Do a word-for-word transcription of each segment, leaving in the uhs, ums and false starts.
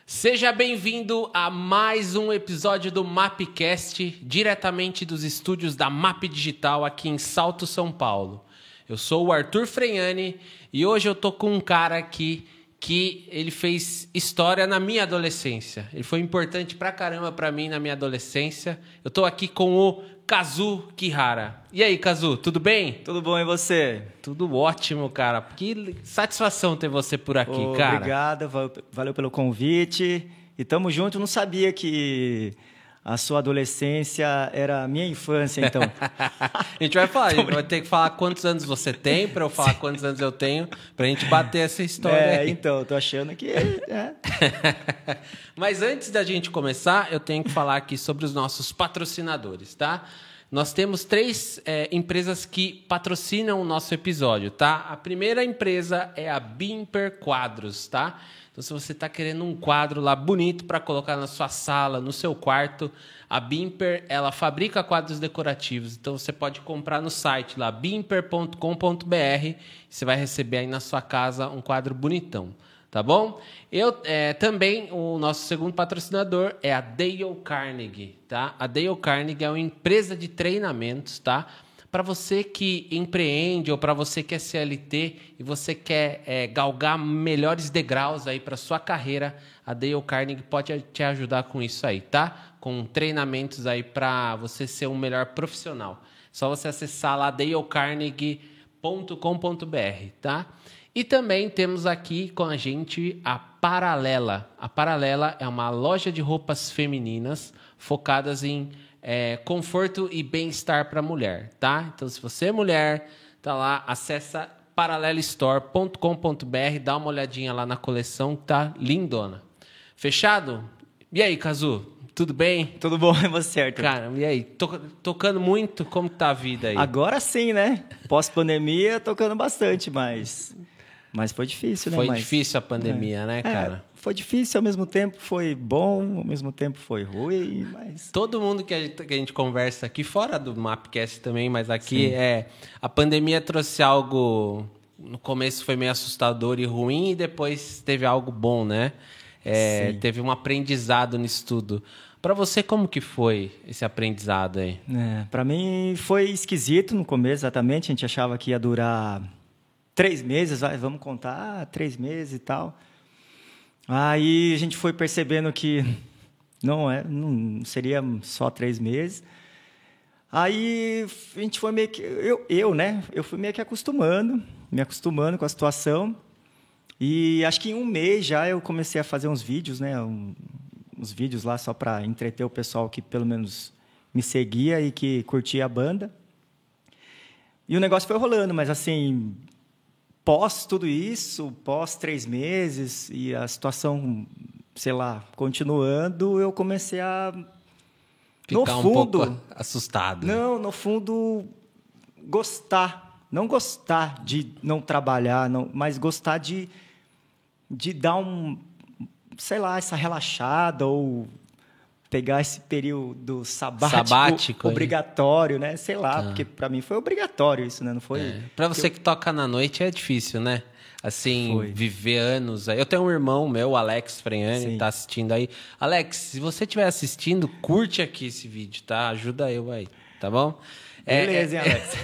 Seja bem-vindo a mais um episódio do Mapcast, diretamente dos estúdios da Map Digital aqui em Salto, São Paulo. Eu sou o Arthur Freiani e hoje eu tô com um cara aqui que ele fez história na minha adolescência. Ele foi importante pra caramba pra mim na minha adolescência. Eu tô aqui com o Kazu Kihara. E aí, Kazu, tudo bem? Tudo bom, e você? Tudo ótimo, cara. Que satisfação ter você por aqui, oh, cara. Obrigado, valeu pelo convite. E tamo junto. Eu não sabia que a sua adolescência era a minha infância, então. A gente vai falar, a gente vai ter que falar quantos anos você tem para eu falar quantos anos eu tenho, pra gente bater essa história É, aí. então, tô achando que... É. Mas antes da gente começar, eu tenho que falar aqui sobre os nossos patrocinadores, tá? Nós temos três é, empresas que patrocinam o nosso episódio, tá? A primeira empresa é a Bimper Quadros, tá? Então, se você está querendo um quadro lá bonito para colocar na sua sala, no seu quarto, a Bimper, ela fabrica quadros decorativos. Então, você pode comprar no site lá, bimper ponto com ponto b r. Você vai receber aí na sua casa um quadro bonitão, tá bom? Eu é, também, o nosso segundo patrocinador é a Dale Carnegie, tá? A Dale Carnegie é uma empresa de treinamentos, tá? Para você que empreende ou para você que é C L T e você quer é, galgar melhores degraus aí para sua carreira, a Dale Carnegie pode te ajudar com isso aí, tá? Com treinamentos aí para você ser um melhor profissional. Só você acessar lá dale carnegie ponto com ponto b r, tá? E também temos aqui com a gente a Paralela. A Paralela é uma loja de roupas femininas focadas em É, conforto e bem-estar para a mulher, tá? Então, se você é mulher, tá lá, acessa paralela store ponto com ponto b r, dá uma olhadinha lá na coleção, que tá lindona. Fechado? E aí, Kazu? Tudo bem? Tudo bom, é você, Arthur? Cara, e aí? To- tocando muito? Como que tá a vida aí? Agora sim, né? Pós-pandemia, tocando bastante, mas... Mas foi difícil, né? Foi mas... difícil a pandemia, é. né, cara? É, foi difícil, ao mesmo tempo foi bom, ao mesmo tempo foi ruim, mas... Todo mundo que a, gente, que a gente conversa aqui, fora do Mapcast também, mas aqui, é, a pandemia trouxe algo... No começo foi meio assustador e ruim, e depois teve algo bom, né? É, teve um aprendizado nisso tudo. Para você, como que foi esse aprendizado aí? É, para mim foi esquisito no começo, exatamente. A gente achava que ia durar três meses, vai, vamos contar, três meses e tal. Aí a gente foi percebendo que não, é, não seria só três meses. Aí a gente foi meio que... Eu, eu, né? Eu fui meio que acostumando, me acostumando com a situação. E acho que em um mês já eu comecei a fazer uns vídeos, né? Um, uns vídeos lá só para entreter o pessoal que pelo menos me seguia e que curtia a banda. E o negócio foi rolando, mas assim... Pós tudo isso, pós três meses e a situação, sei lá, continuando, eu comecei a... Ficar no um fundo, pouco assustado. Não, no fundo, gostar. Não gostar de não trabalhar, não, mas gostar de, de dar um, sei lá, essa relaxada ou pegar esse período sabático, Sabático obrigatório, né? Sei lá, tá. Porque para mim foi obrigatório isso, né? Não foi? É. Para você que, eu... que toca na noite é difícil, né? Assim, foi. Viver anos. Eu tenho um irmão meu, Alex Freiani, que tá assistindo aí. Alex, se você estiver assistindo, curte aqui esse vídeo, tá? Ajuda eu aí, tá bom? Beleza, é, hein, Alex?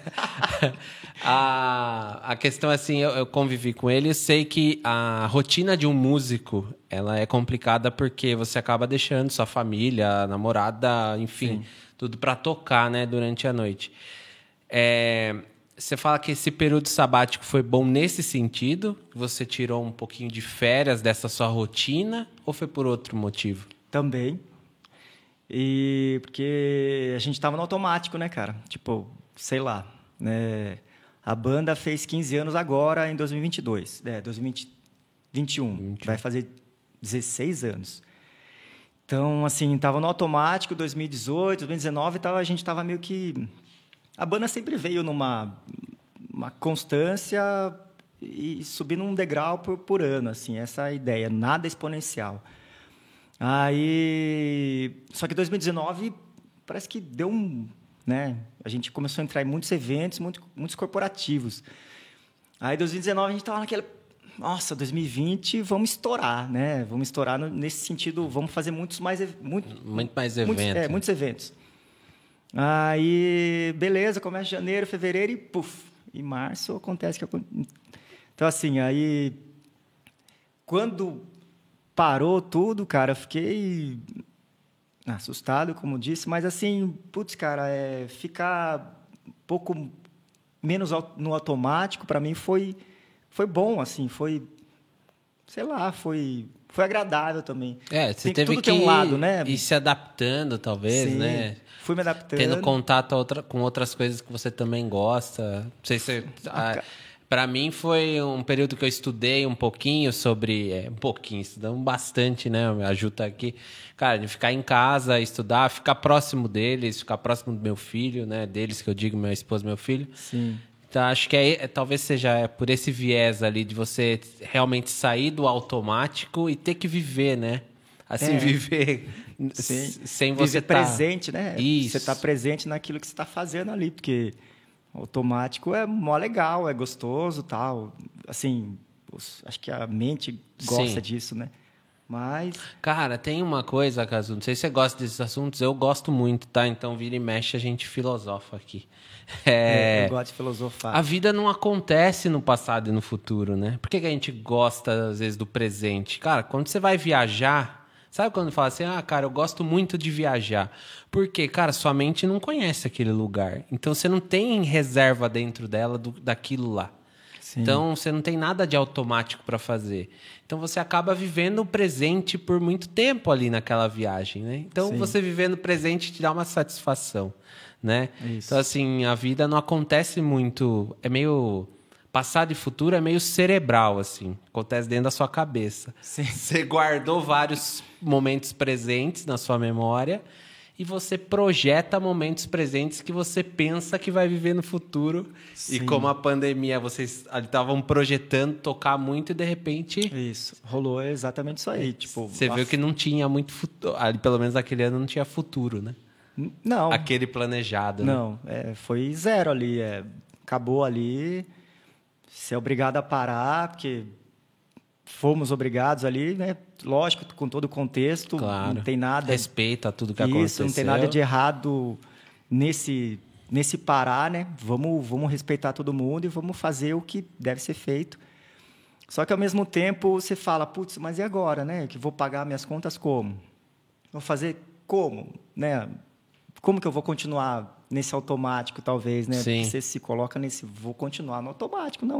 a, a questão, assim, eu, eu convivi com ele, eu sei que a rotina de um músico, ela é complicada porque você acaba deixando sua família, namorada, enfim, Sim. tudo para tocar, né, durante a noite. É, você fala que esse período sabático foi bom nesse sentido? Você tirou um pouquinho de férias dessa sua rotina ou foi por outro motivo? Também. E porque a gente estava no automático, né, cara? Tipo, sei lá, né? A banda fez quinze anos agora, em dois mil e vinte e dois. É, dois mil e vinte e um. Vai fazer dezesseis anos. Então, assim, estava no automático, dois mil e dezoito, dois mil e dezenove, tava, a gente estava meio que... A banda sempre veio numa uma constância e subindo um degrau por, por ano, assim, essa é a ideia, nada exponencial. Aí, só que dois mil e dezenove parece que deu um, né? A gente começou a entrar em muitos eventos, muito, muitos corporativos. Aí, dois mil e dezenove a gente estava naquela nossa, dois mil e vinte, vamos estourar, né? Vamos estourar no, nesse sentido, vamos fazer muitos mais... Muito, muito mais eventos. Muitos, é, muitos eventos. Aí, beleza, começa janeiro, fevereiro e, puf, em março acontece que... Então, assim, aí... Quando parou tudo, cara, eu fiquei assustado, como disse, mas, assim, putz, cara, é, ficar um pouco menos no automático, para mim, foi... Foi bom, assim, foi, sei lá, foi, foi agradável também. É, você tem, teve tudo que tem um lado, né? ir se adaptando, talvez, Sim, né? Fui me adaptando. Tendo contato a outra, com outras coisas que você também gosta. Não sei se... Ah, para mim foi um período que eu estudei um pouquinho sobre... É, um pouquinho, estudamos bastante, né? A Ju tá aqui. Cara, de ficar em casa, estudar, ficar próximo deles, ficar próximo do meu filho, né? Deles, que eu digo, minha esposa, meu filho. Sim. Então, acho que é, é, talvez seja por esse viés ali de você realmente sair do automático e ter que viver, né? Assim, é. viver Sim. sem você estar... Tá... presente, né? Isso. Você está presente naquilo que você está fazendo ali, porque automático é mó legal, é gostoso, tal. Assim, acho que a mente gosta Sim. disso, né? Mas... Cara, tem uma coisa, Cazu, não sei se você gosta desses assuntos, eu gosto muito, tá? Então, vira e mexe, a gente filosofa aqui. É, eu gosto de filosofar. A vida não acontece no passado e no futuro, né? Por que, que a gente gosta, às vezes, do presente? Cara, quando você vai viajar, sabe quando fala assim, ah, cara, eu gosto muito de viajar. Porque, cara, sua mente não conhece aquele lugar. Então, você não tem reserva dentro dela do, daquilo lá. Sim. Então, você não tem nada de automático para fazer. Então, você acaba vivendo o presente por muito tempo ali naquela viagem, né? Então, Sim. você vivendo o presente te dá uma satisfação, né? Isso. Então, assim, a vida não acontece muito... É meio... Passado e futuro é meio cerebral, assim. Acontece dentro da sua cabeça. Sim. Você guardou vários momentos presentes na sua memória... E você projeta momentos presentes que você pensa que vai viver no futuro. Sim. E como a pandemia, vocês estavam projetando tocar muito e de repente... Isso, rolou exatamente isso aí. Tipo, você a... viu que não tinha muito futuro. Ali, pelo menos aquele ano não tinha futuro, né? Não. Aquele planejado. Não, né? é, foi zero ali. É, acabou ali. Ser obrigado a parar, porque... Fomos obrigados ali, né? Lógico, com todo o contexto. Claro. Não tem nada... Respeita tudo que isso, aconteceu. Não tem nada de errado nesse, nesse parar, né? Vamos, vamos respeitar todo mundo e vamos fazer o que deve ser feito. Só que, ao mesmo tempo, você fala, putz, mas e agora, né? Que vou pagar minhas contas como? Vou fazer como? Né? Como que eu vou continuar nesse automático, talvez, né? Sim. Você se coloca nesse... Vou continuar no automático, não...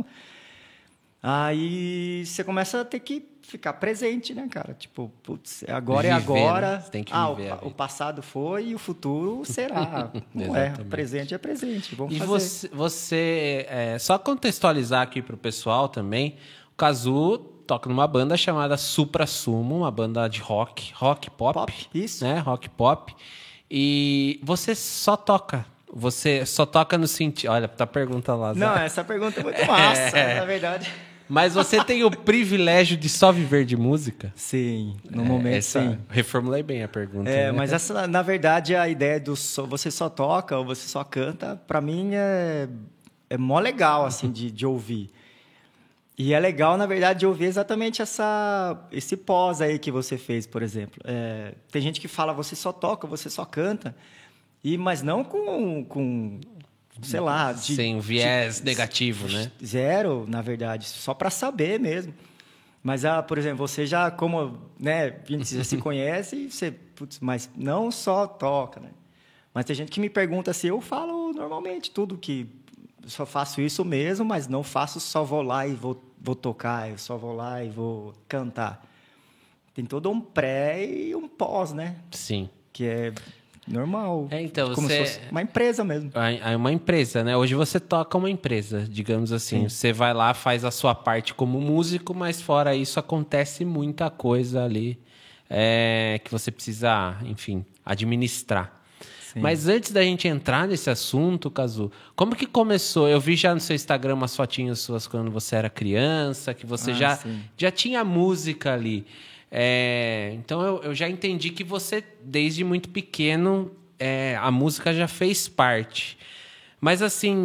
Aí você começa a ter que ficar presente, né, cara? Tipo, putz, agora viver, é agora. Né? Você tem que ah, viver o, o passado foi e o futuro será. Não é. O presente é presente. Vamos e fazer. você, você é, só contextualizar aqui para o pessoal também, o Cazu toca numa banda chamada Supra Sumo, uma banda de rock, rock pop. Pop, isso. Né? Rock pop. E você só toca. Você só toca no sentido... Olha, tá a pergunta lá. Não, Zé. Essa pergunta é muito massa, é... na verdade. Mas você tem o privilégio de só viver de música? Sim, no é, momento essa... sim. Reformulei bem a pergunta. É, né? mas essa, na verdade, a ideia do só, você só toca ou você só canta, para mim é, é mó legal, assim, de, de ouvir. E é legal, na verdade, de ouvir exatamente essa, esse pós aí que você fez, por exemplo. É, tem gente que fala, você só toca, você só canta, e, mas não com... com sei lá... De, sem um viés de, negativo, né? Zero, na verdade, só para saber mesmo. Mas, ah, por exemplo, você já, como, né, a gente já se conhece, você, putz, mas não só toca, né? Mas tem gente que me pergunta se eu falo normalmente tudo que... Só faço isso mesmo, mas não faço só vou lá e vou, vou tocar, eu só vou lá e vou cantar. Tem todo um pré e um pós, né? Sim. Que é... normal. É, então, como você... se fosse uma empresa mesmo. É uma empresa, né? Hoje você toca uma empresa, digamos assim. Sim. Você vai lá, faz a sua parte como músico, mas fora isso acontece muita coisa ali é, que você precisa, enfim, administrar. Sim. Mas antes da gente entrar nesse assunto, Cazu, como que começou? Eu vi já no seu Instagram umas fotinhas suas quando você era criança, que você ah, já, já tinha música ali. É, então eu, eu já entendi que você, desde muito pequeno, é, a música já fez parte. Mas assim,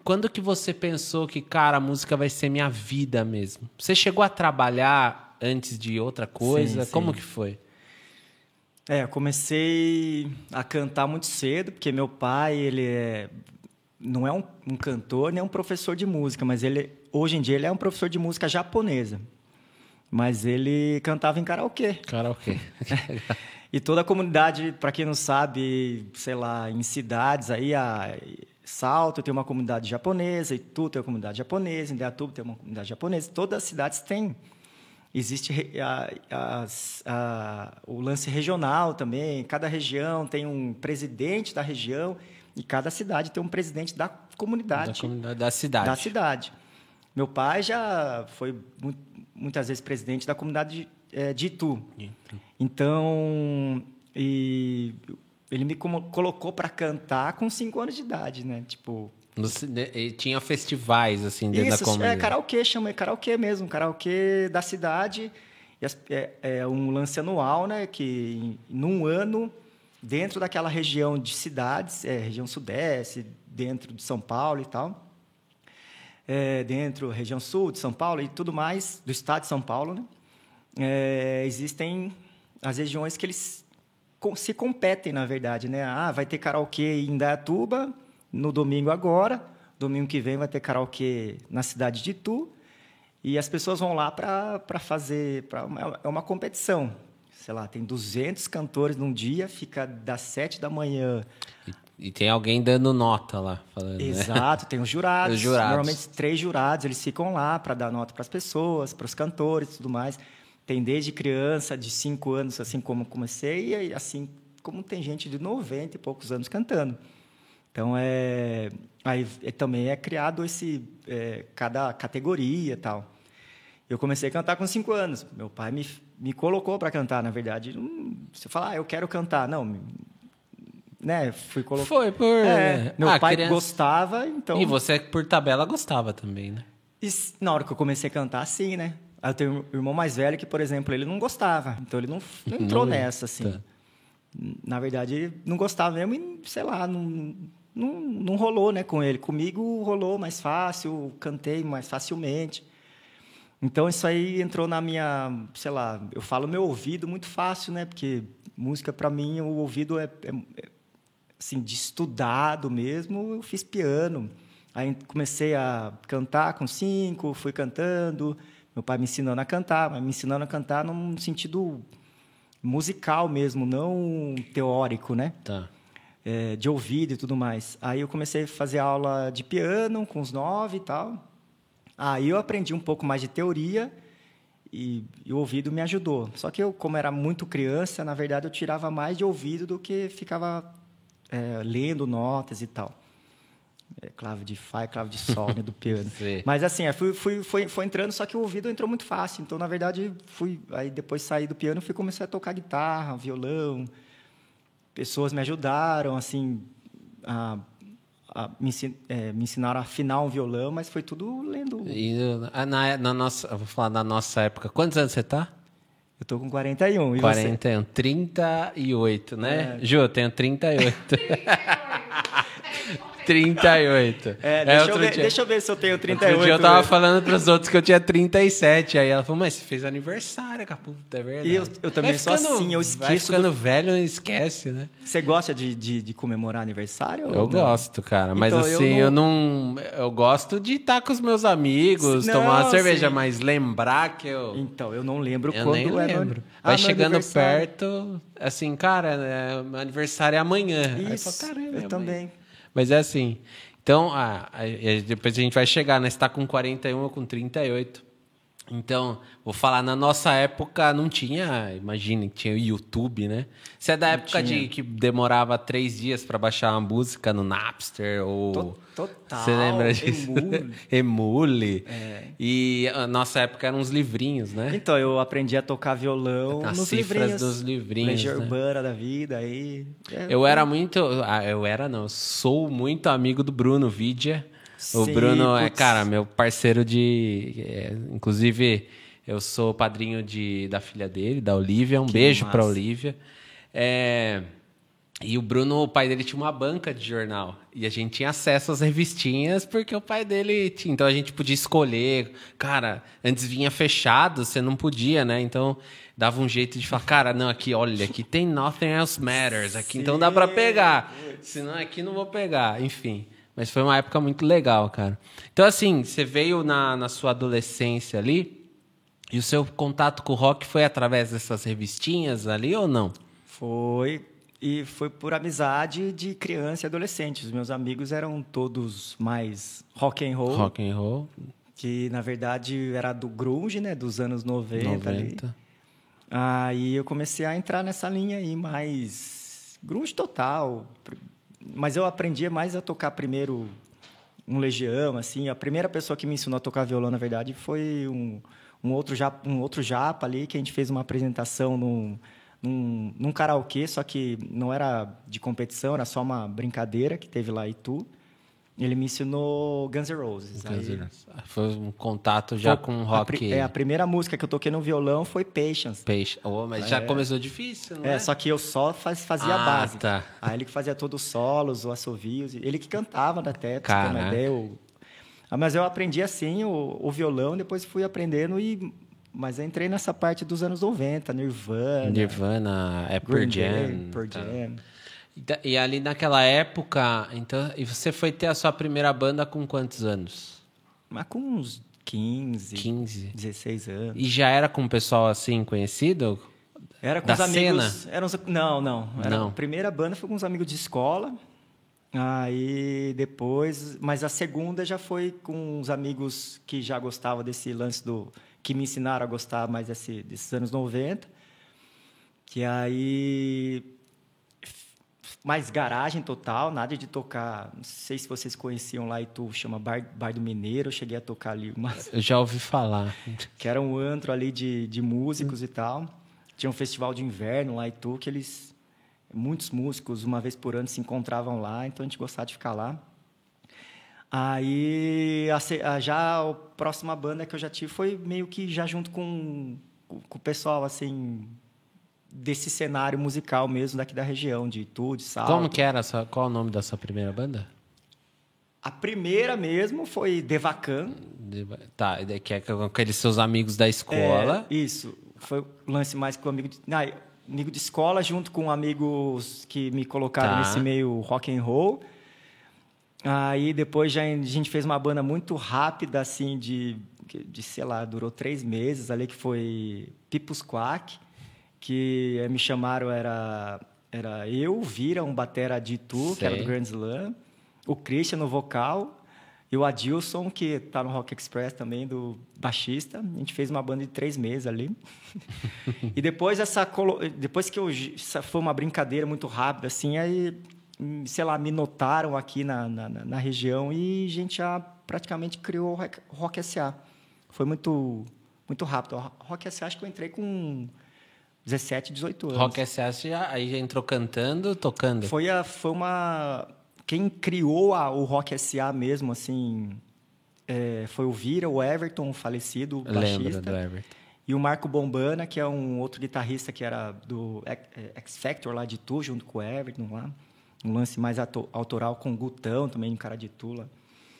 quando que você pensou que, cara, a música vai ser minha vida mesmo? Você chegou a trabalhar antes de outra coisa? Sim, Como sim. que foi? É, eu comecei a cantar muito cedo, porque meu pai, ele é, não é um, um cantor, nem um professor de música, mas ele, hoje em dia, ele é um professor de música japonesa. Mas ele cantava em karaokê. Karaokê. E toda a comunidade, para quem não sabe, sei lá, em cidades aí, a Salto tem uma comunidade japonesa, Itu tem uma comunidade japonesa, Indaiatuba tem uma comunidade japonesa. Todas as cidades têm. Existe a, a, a, o lance regional também. Cada região tem um presidente da região e cada cidade tem um presidente da comunidade. Da comunidade da cidade. Da cidade. Meu pai já foi muitas vezes presidente da comunidade de, de Itu. Então, e ele me colocou para cantar com cinco anos de idade, né? Tipo, e tinha festivais assim dentro isso, da comunidade. É karaokê, chama é karaokê mesmo, karaokê da cidade. É, é um lance anual, né? Que num ano, dentro daquela região de cidades, é, região sudeste, dentro de São Paulo e tal, é, dentro da região sul de São Paulo e tudo mais, do estado de São Paulo, né? É, existem as regiões que eles se competem, na verdade, né? Ah, vai ter karaokê em Indaiatuba no domingo agora, domingo que vem vai ter karaokê na cidade de Itu, e as pessoas vão lá para fazer... Pra, é uma competição. Sei lá, tem duzentos cantores num dia, fica das sete da manhã... E, e tem alguém dando nota lá. Falando, Exato, né? tem os jurados, os jurados. Normalmente três jurados, eles ficam lá para dar nota para as pessoas, para os cantores e tudo mais. Tem desde criança, de cinco anos, assim como comecei, e assim como tem gente de noventa e poucos anos cantando. Então, é, aí é, também é criado esse, é, cada categoria e tal. Eu comecei a cantar com cinco anos. Meu pai me, me colocou para cantar, na verdade. Não, você fala, ah, eu quero cantar. Não, né? Fui colocar. Foi por... É, meu ah, pai criança... gostava, então... E você, por tabela, gostava também, né? E na hora que eu comecei a cantar, sim, né? Aí eu tenho um irmão mais velho que, por exemplo, ele não gostava. Então, ele não, não entrou não, nessa, assim. Tá. Na verdade, ele não gostava mesmo e, sei lá, não, não, não rolou, né, com ele. Comigo rolou mais fácil, cantei mais facilmente. Então, isso aí entrou na minha, sei lá, eu falo meu ouvido muito fácil, né? Porque música, para mim, o ouvido é, é, é, assim, de estudado mesmo. Eu fiz piano. Aí comecei a cantar com cinco, fui cantando... Meu pai me ensinando a cantar, mas me ensinando a cantar num sentido musical mesmo, não teórico, né? Tá. É, de ouvido e tudo mais. Aí eu comecei a fazer aula de piano com os nove e tal. Aí eu aprendi um pouco mais de teoria e, e o ouvido me ajudou. Só que eu, como era muito criança, na verdade eu tirava mais de ouvido do que ficava é, lendo notas e tal. É, clave de Fá, clave de Sol, né, do piano. Mas assim, é, fui, fui, foi, foi entrando, só que o ouvido entrou muito fácil. Então, na verdade, fui, aí depois saí do piano, fui começar a tocar guitarra, violão. Pessoas me ajudaram, assim, a, a me, é, me ensinaram a afinar um violão, mas foi tudo lendo. E na, na nossa, vou falar da nossa época. Quantos anos você tá? Eu tô com quarenta e um. E quarenta e um, você? trinta e oito, né? É. Ju, eu tenho trinta e oito. trinta e oito. É, deixa, é, eu ver, dia... deixa eu ver se eu tenho trinta e oito. Outro dia eu tava mesmo. falando pros outros que eu tinha trinta e sete. Aí ela falou, mas você fez aniversário, caputa, é verdade. E eu, eu também sou assim, eu esqueço. Vai ficando do... velho e esquece, né? Você gosta de, de, de comemorar aniversário? Eu gosto, cara. Mas então, assim, eu não... eu não... Eu gosto de estar com os meus amigos, não, tomar uma cerveja, sim. Mas lembrar que eu... Então, eu não lembro eu quando nem era... lembro. Vai ah, chegando perto, assim, cara, é, meu aniversário é amanhã. Isso, aí eu falo, caramba, eu também. Mas é assim... Então, ah, depois a gente vai chegar, né? Você está com quarenta e um, eu com trinta e oito. Então, vou falar, na nossa época não tinha, imagine, tinha o YouTube, né? Você é da não época tinha. de que demorava três dias para baixar uma música no Napster ou... Total. Você lembra disso? Emule. Emule. É. E a nossa época eram uns livrinhos, né? Então, eu aprendi a tocar violão As nos cifras livrinhos. dos livrinhos, Legião né? Urbana da vida, aí... É, eu era muito... Ah, eu era não, eu sou muito amigo do Bruno Vidia. O Sim, Bruno putz. é, cara, meu parceiro de... É, inclusive, eu sou padrinho de, da filha dele, da Olivia. Um que beijo massa. pra Olivia. É, E o Bruno, o pai dele tinha uma banca de jornal. E a gente tinha acesso às revistinhas porque o pai dele tinha. Então a gente podia escolher. Cara, antes vinha fechado, você não podia, né? Então dava um jeito de falar, cara, não, aqui, olha, aqui tem Nothing Else Matters. Aqui, então dá pra pegar. Senão aqui não vou pegar. Enfim. Mas foi uma época muito legal, cara. Então, assim, você veio na, na sua adolescência ali e o seu contato com o rock foi através dessas revistinhas ali ou não? Foi... E foi por amizade de criança e adolescente. Os meus amigos eram todos mais rock and roll. Rock and roll. Que, na verdade, era do grunge, né? Dos anos noventa. noventa. Ali. Aí eu comecei a entrar nessa linha aí, mais grunge total. Mas eu aprendi mais a tocar primeiro um Legião, assim. A primeira pessoa que me ensinou a tocar violão, na verdade, foi um, um, outro, japa, um outro japa ali, que a gente fez uma apresentação num... Num, num karaokê, só que não era de competição, era só uma brincadeira que teve lá em Itu. Ele me ensinou Guns N' Roses. Guns Aí, N' Roses. Foi um contato já foi com a, rock. pri- é, a primeira música que eu toquei no violão foi Patience. Peixe. Oh, mas já começou difícil, não é? É, só que eu só faz, fazia Ah, a base. tá. Aí ele que fazia todos os solos, os assovios. Ele que cantava até, pra você ter uma Caraca. ideia. Eu... Ah, mas eu aprendi assim o, o violão, depois fui aprendendo e... Mas eu entrei nessa parte dos anos noventa, Nirvana... Nirvana, é Pearl Green Day, Jam. Pearl tá. Jam. E da- E ali naquela época, então, e você foi ter a sua primeira banda com quantos anos? Mas com uns quinze, quinze. dezesseis anos. E já era com um pessoal assim conhecido? Era com da os amigos... cena? Eram os, não, não. Era Não. A primeira banda foi com uns amigos de escola. Aí depois... Mas a segunda já foi com uns amigos que já gostavam desse lance do... Que me ensinaram a gostar mais desse, desses anos noventa. Que aí... Mais garagem total, nada de tocar... Não sei se vocês conheciam lá, Itu, chama Bar, Bar do Mineiro. Eu cheguei a tocar ali umas... Eu já ouvi falar. Que era um antro ali de, de músicos e tal. Tinha um festival de inverno lá em Itu, que eles... Muitos músicos, uma vez por ano, se encontravam lá, então a gente gostava de ficar lá. Aí, a, se- a- já a próxima banda que eu já tive foi meio que já junto com, com, com o pessoal, assim... Desse cenário musical mesmo, daqui da região, de Itu, de Salto. Como que era? a sua- Qual o nome da sua primeira banda? A primeira mesmo foi Devacan. De- Tá, e daí que é com aqueles seus amigos da escola. É, isso. Foi o lance mais com amigo de, não, amigo de escola, junto com amigos que me colocaram Tá. nesse meio rock and roll. Aí depois já a gente fez uma banda muito rápida, assim, de, de sei lá, durou três meses ali, que foi People's Quack, que eh, me chamaram, era, era eu, o Vira, um batera de Itu, que era Sei. do Grand Slam, o Christian no vocal, e o Adilson, que tá no Rock Express também, do baixista. A gente fez uma banda de três meses ali. E depois, essa, colo- depois que eu, essa foi uma brincadeira muito rápida, assim, aí, hum, sei lá, me notaram aqui na, na, na- na região e a gente já praticamente criou o Rock, Rock S A. Foi muito, muito rápido. O Rock S A, acho que eu entrei com dezessete, dezoito anos. Rock S A, você já, aí já entrou cantando, tocando? Foi, a, foi uma... Quem criou a, o Rock S A mesmo, assim, é, foi o Vira, o Everton, o falecido Eu baixista. lembro do Everton. E o Marco Bombana, que é um outro guitarrista que era do X Factor lá de Tu, junto com o Everton lá. Um lance mais ato- autoral com o Gutão, também um cara de Tu lá.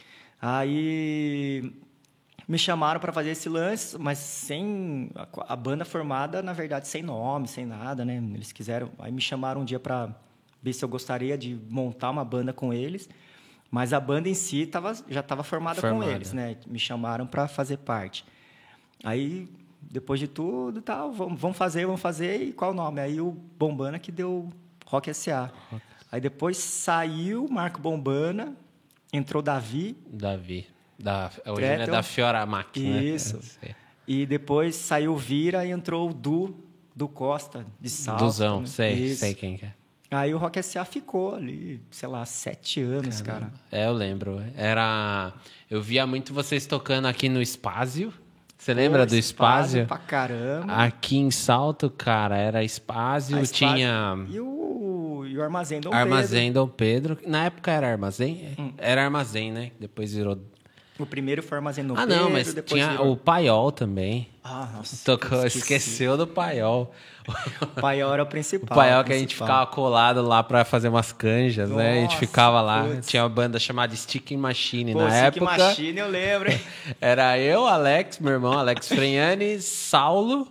Aí me chamaram para fazer esse lance, mas sem a, a banda formada, na verdade, sem nome, sem nada, né? Eles quiseram, aí me chamaram um dia para ver se eu gostaria de montar uma banda com eles, mas a banda em si tava, já estava formada, Formada. com eles, né? Me chamaram para fazer parte. Aí, depois de tudo, tal, vamos, vamos fazer, vamos fazer, e qual o nome? Aí o Bombana que deu Rock S A. Aí depois saiu Marco Bombana, entrou Davi, Davi. Da, hoje ele é Tretel. da Fiora Mac, né? Isso. Eu sei. E depois saiu o Vira e entrou o Du, Du Costa, de Salto. Duzão, né? sei, Isso. sei quem que é. Aí o Rock S A ficou ali, sei lá, sete anos, cara. É, eu lembro. Era... Eu via muito vocês tocando aqui no Espásio. Você lembra Pô, do Espásio? Pra caramba. Aqui em Salto, cara, era Espásio, A Espásio- tinha E o, e o Armazém Dom Armazém Dom Pedro. Na época era Armazém? Era Armazém, né? Depois virou... Pedro. O primeiro foi Armazém no Ah, Pedro, não, mas depois tinha virou... o Paiol também. Ah, nossa. Tocou, esqueci. esqueceu do Paiol. O Paiol era o O principal. Paiol o que a gente principal. ficava colado lá pra fazer umas canjas, né? A gente Nossa, ficava lá. putz. Tinha uma banda chamada Sticking Machine Pô, na Sick época. Machine, eu lembro, hein? Era eu, Alex, meu irmão, Alex Frenhani, Saulo,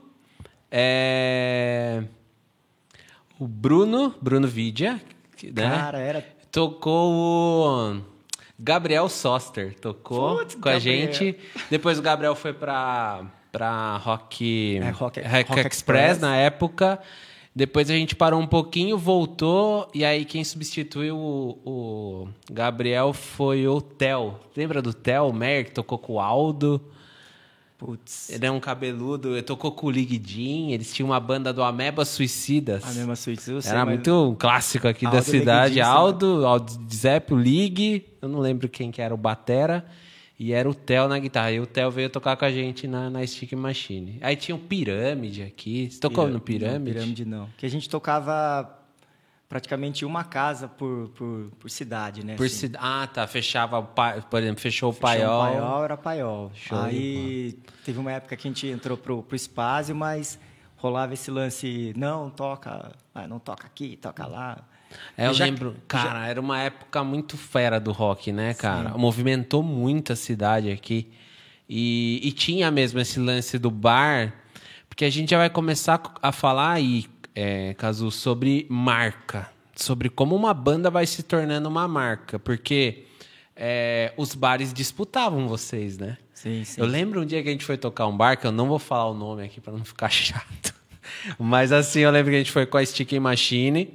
é... o Bruno, Bruno Vidia, que, né? Cara, era... Tocou o Gabriel Soster, tocou Putz, com a Gabriel. gente. Depois o Gabriel foi pra, pra Rock, É, Rock- Rock Rock Express, Express. na época. Depois a gente parou um pouquinho, voltou, e aí quem substituiu o, o Gabriel foi o Theo. Lembra do Theo, o Mer, que tocou com o Aldo? Putz, Ele é um cabeludo, ele tocou com o Ligidin, eles tinham uma banda do Ameba Suicidas. a mesma suíte. Eu sei, Era mas- muito um clássico aqui da Aldo cidade. Ligidin, Aldo, Aldo Giuseppe, o Lig, eu não lembro quem que era o batera, e era o Theo na guitarra. E o Theo veio tocar com a gente na, na Stick Machine. Aí tinha o Pirâmide aqui. Você tocou Pira- no Pirâmide? Não, Pirâmide não. Que a gente tocava praticamente uma casa por, por, por cidade, né? Por assim. cida- Ah, tá. Fechava, o pa- por exemplo, fechou o Fechou um Paiol. Paiol, era Paiol. Show Aí teve uma época que a gente entrou pro, pro Spazio, mas rolava esse lance, não, toca, ah, não toca aqui, toca lá. É, eu Já- lembro, cara, era uma época muito fera do rock, né, cara? Sim. Movimentou muito a cidade aqui. E, e tinha mesmo esse lance do bar, porque a gente já vai começar a falar aí, é, Cazu, sobre marca. Sobre como uma banda vai se tornando uma marca. Porque é, os bares disputavam vocês, né? Sim, sim. Eu lembro um dia que a gente foi tocar um bar, que eu não vou falar o nome aqui para não ficar chato. Mas assim, eu lembro que a gente foi com a Stick Machine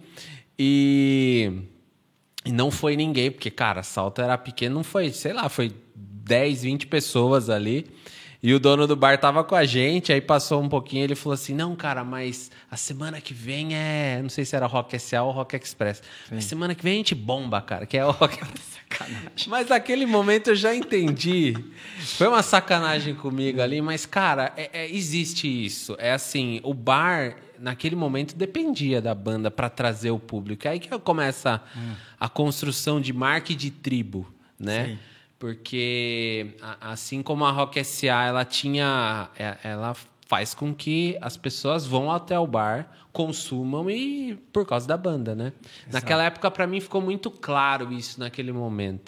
e, e não foi ninguém, porque, cara, Salto era pequeno, não foi, sei lá, foi dez, vinte pessoas ali. E o dono do bar tava com a gente, aí passou um pouquinho, ele falou assim, não, cara, mas a semana que vem é... Não sei se era Rock S A ou Rock Express. A semana que vem a gente bomba, cara, que é o Rock... Sacanagem. Mas naquele momento eu já entendi. Foi uma sacanagem comigo ali, mas, cara, é, é, existe isso. É assim, o bar, naquele momento, dependia da banda para trazer o público. É aí que começa hum. a construção de marca e de tribo, né? Sim. Porque, assim como a Rock S A, ela tinha... Ela faz com que as pessoas vão até o bar, consumam e por causa da banda, né? Exato. Naquela época, para mim, ficou muito claro isso naquele momento.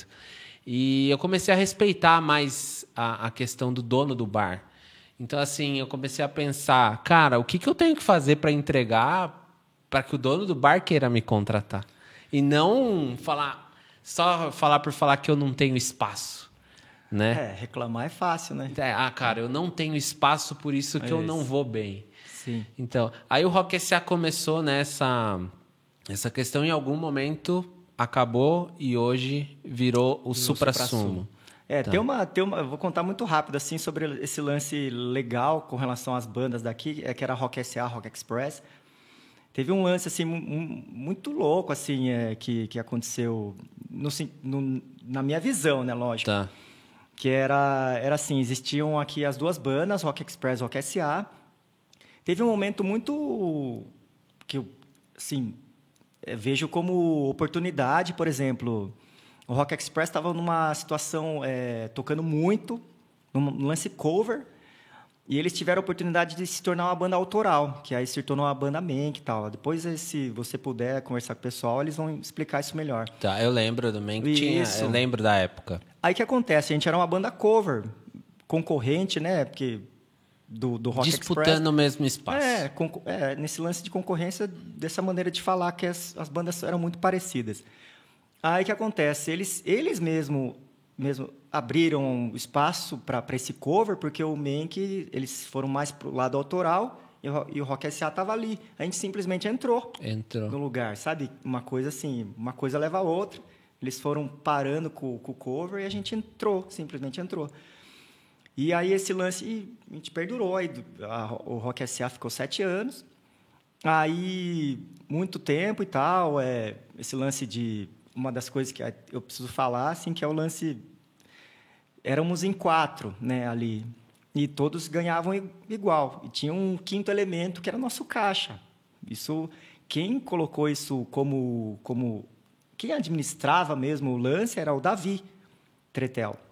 E eu comecei a respeitar mais a, a questão do dono do bar. Então, assim, eu comecei a pensar, cara, o que, que eu tenho que fazer para entregar para que o dono do bar queira me contratar? E não falar... Só falar por falar que eu não tenho espaço, né? É, reclamar é fácil, né? É, ah, cara, eu não tenho espaço, por isso que é eu não vou bem. Sim. Então, aí o Rock S A começou nessa essa questão, em algum momento acabou e hoje virou o supra-sumo. É, tá. tem uma, tem uma, eu vou contar muito rápido assim sobre esse lance legal com relação às bandas daqui, é que era Rock S A, Rock Express. Teve um lance assim um, muito louco assim é, que, que aconteceu no, no, na minha visão, né, lógico. Tá. Que era era assim, existiam aqui as duas bandas, Rock Express, Rock S A. Teve um momento muito que eu assim, vejo como oportunidade, por exemplo, o Rock Express estava numa situação é, tocando muito, num lance cover. E eles tiveram a oportunidade de se tornar uma banda autoral, que aí se tornou uma banda Mank e tal. Depois, se você puder conversar com o pessoal, eles vão explicar isso melhor. Tá, eu lembro do Mank, tinha, eu lembro da época. Aí o que acontece? A gente era uma banda cover, concorrente, né? Porque do, do Rock Disputando Express, o mesmo espaço. É, é, nesse lance de concorrência, dessa maneira de falar que as, as bandas eram muito parecidas. Aí o que acontece? Eles, eles mesmo... mesmo abriram espaço para esse cover, porque o Mank, eles foram mais para o lado autoral e o, e o Rock S A estava ali. A gente simplesmente entrou, entrou no lugar, sabe? Uma coisa assim, uma coisa leva a outra. Eles foram parando com, com o cover e a gente entrou, simplesmente entrou. E aí esse lance, a gente perdurou. Aí a, o Rock S A ficou sete anos. Aí, muito tempo e tal, é, esse lance de... Uma das coisas que eu preciso falar, assim, que é o lance... Éramos em quatro, né, ali. E todos ganhavam igual. E tinha um quinto elemento, que era nosso caixa. Isso, quem colocou isso como... como quem administrava mesmo o lance era o Davi Tretel.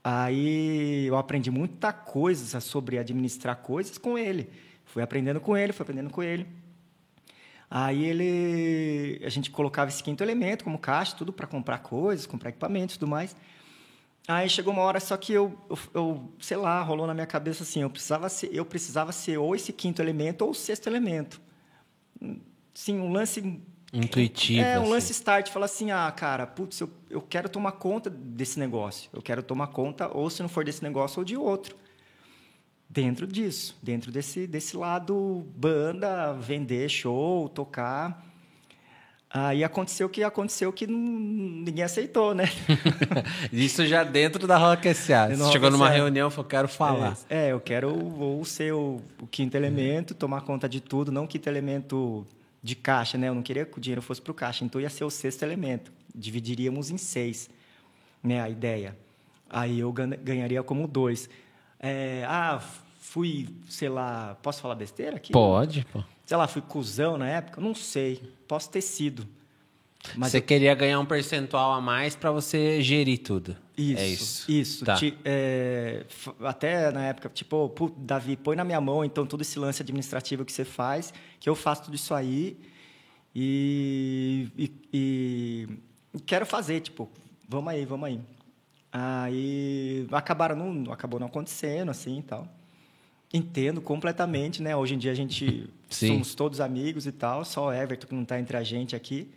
Aí eu aprendi muita coisa sobre administrar coisas com ele. Fui aprendendo com ele, fui aprendendo com ele. Aí ele, a gente colocava esse quinto elemento como caixa, tudo para comprar coisas, comprar equipamentos e tudo mais. Aí chegou uma hora só que eu, eu, eu, sei lá, rolou na minha cabeça assim, eu precisava ser, eu precisava ser ou esse quinto elemento ou o sexto elemento. Sim, um lance... Intuitivo. É, um assim. lance start. Fala assim, ah, cara, putz, eu, eu quero tomar conta desse negócio. Eu quero tomar conta, ou se não for desse negócio, ou de outro. Dentro disso, dentro desse, desse lado banda, vender show, tocar. Aí aconteceu o que aconteceu que não, ninguém aceitou, né? Isso já dentro da Rock S A. Você chegou numa reunião e falou, quero falar. É, é eu quero ou ser o, o quinto elemento, tomar conta de tudo, não o quinto elemento de caixa, né? Eu não queria que o dinheiro fosse para o caixa, então ia ser o sexto elemento. Dividiríamos em seis, né? A ideia. Aí eu ganharia como dois. É, ah, fui, sei lá, posso falar besteira aqui? Pode, pô. Sei lá, fui cuzão na época? Não sei, posso ter sido. Mas você eu... queria ganhar um percentual a mais para você gerir tudo. Isso, é isso. Isso. Tá. Ti, é, até na época, tipo, oh, Davi, põe na minha mão, então, todo esse lance administrativo que você faz, que eu faço tudo isso aí e, e, e quero fazer, tipo, vamos aí, vamos aí. Aí acabaram não, acabou não acontecendo, assim, e tal. Entendo completamente, né? Hoje em dia a gente somos todos amigos e tal, só o Everton que não está entre a gente aqui.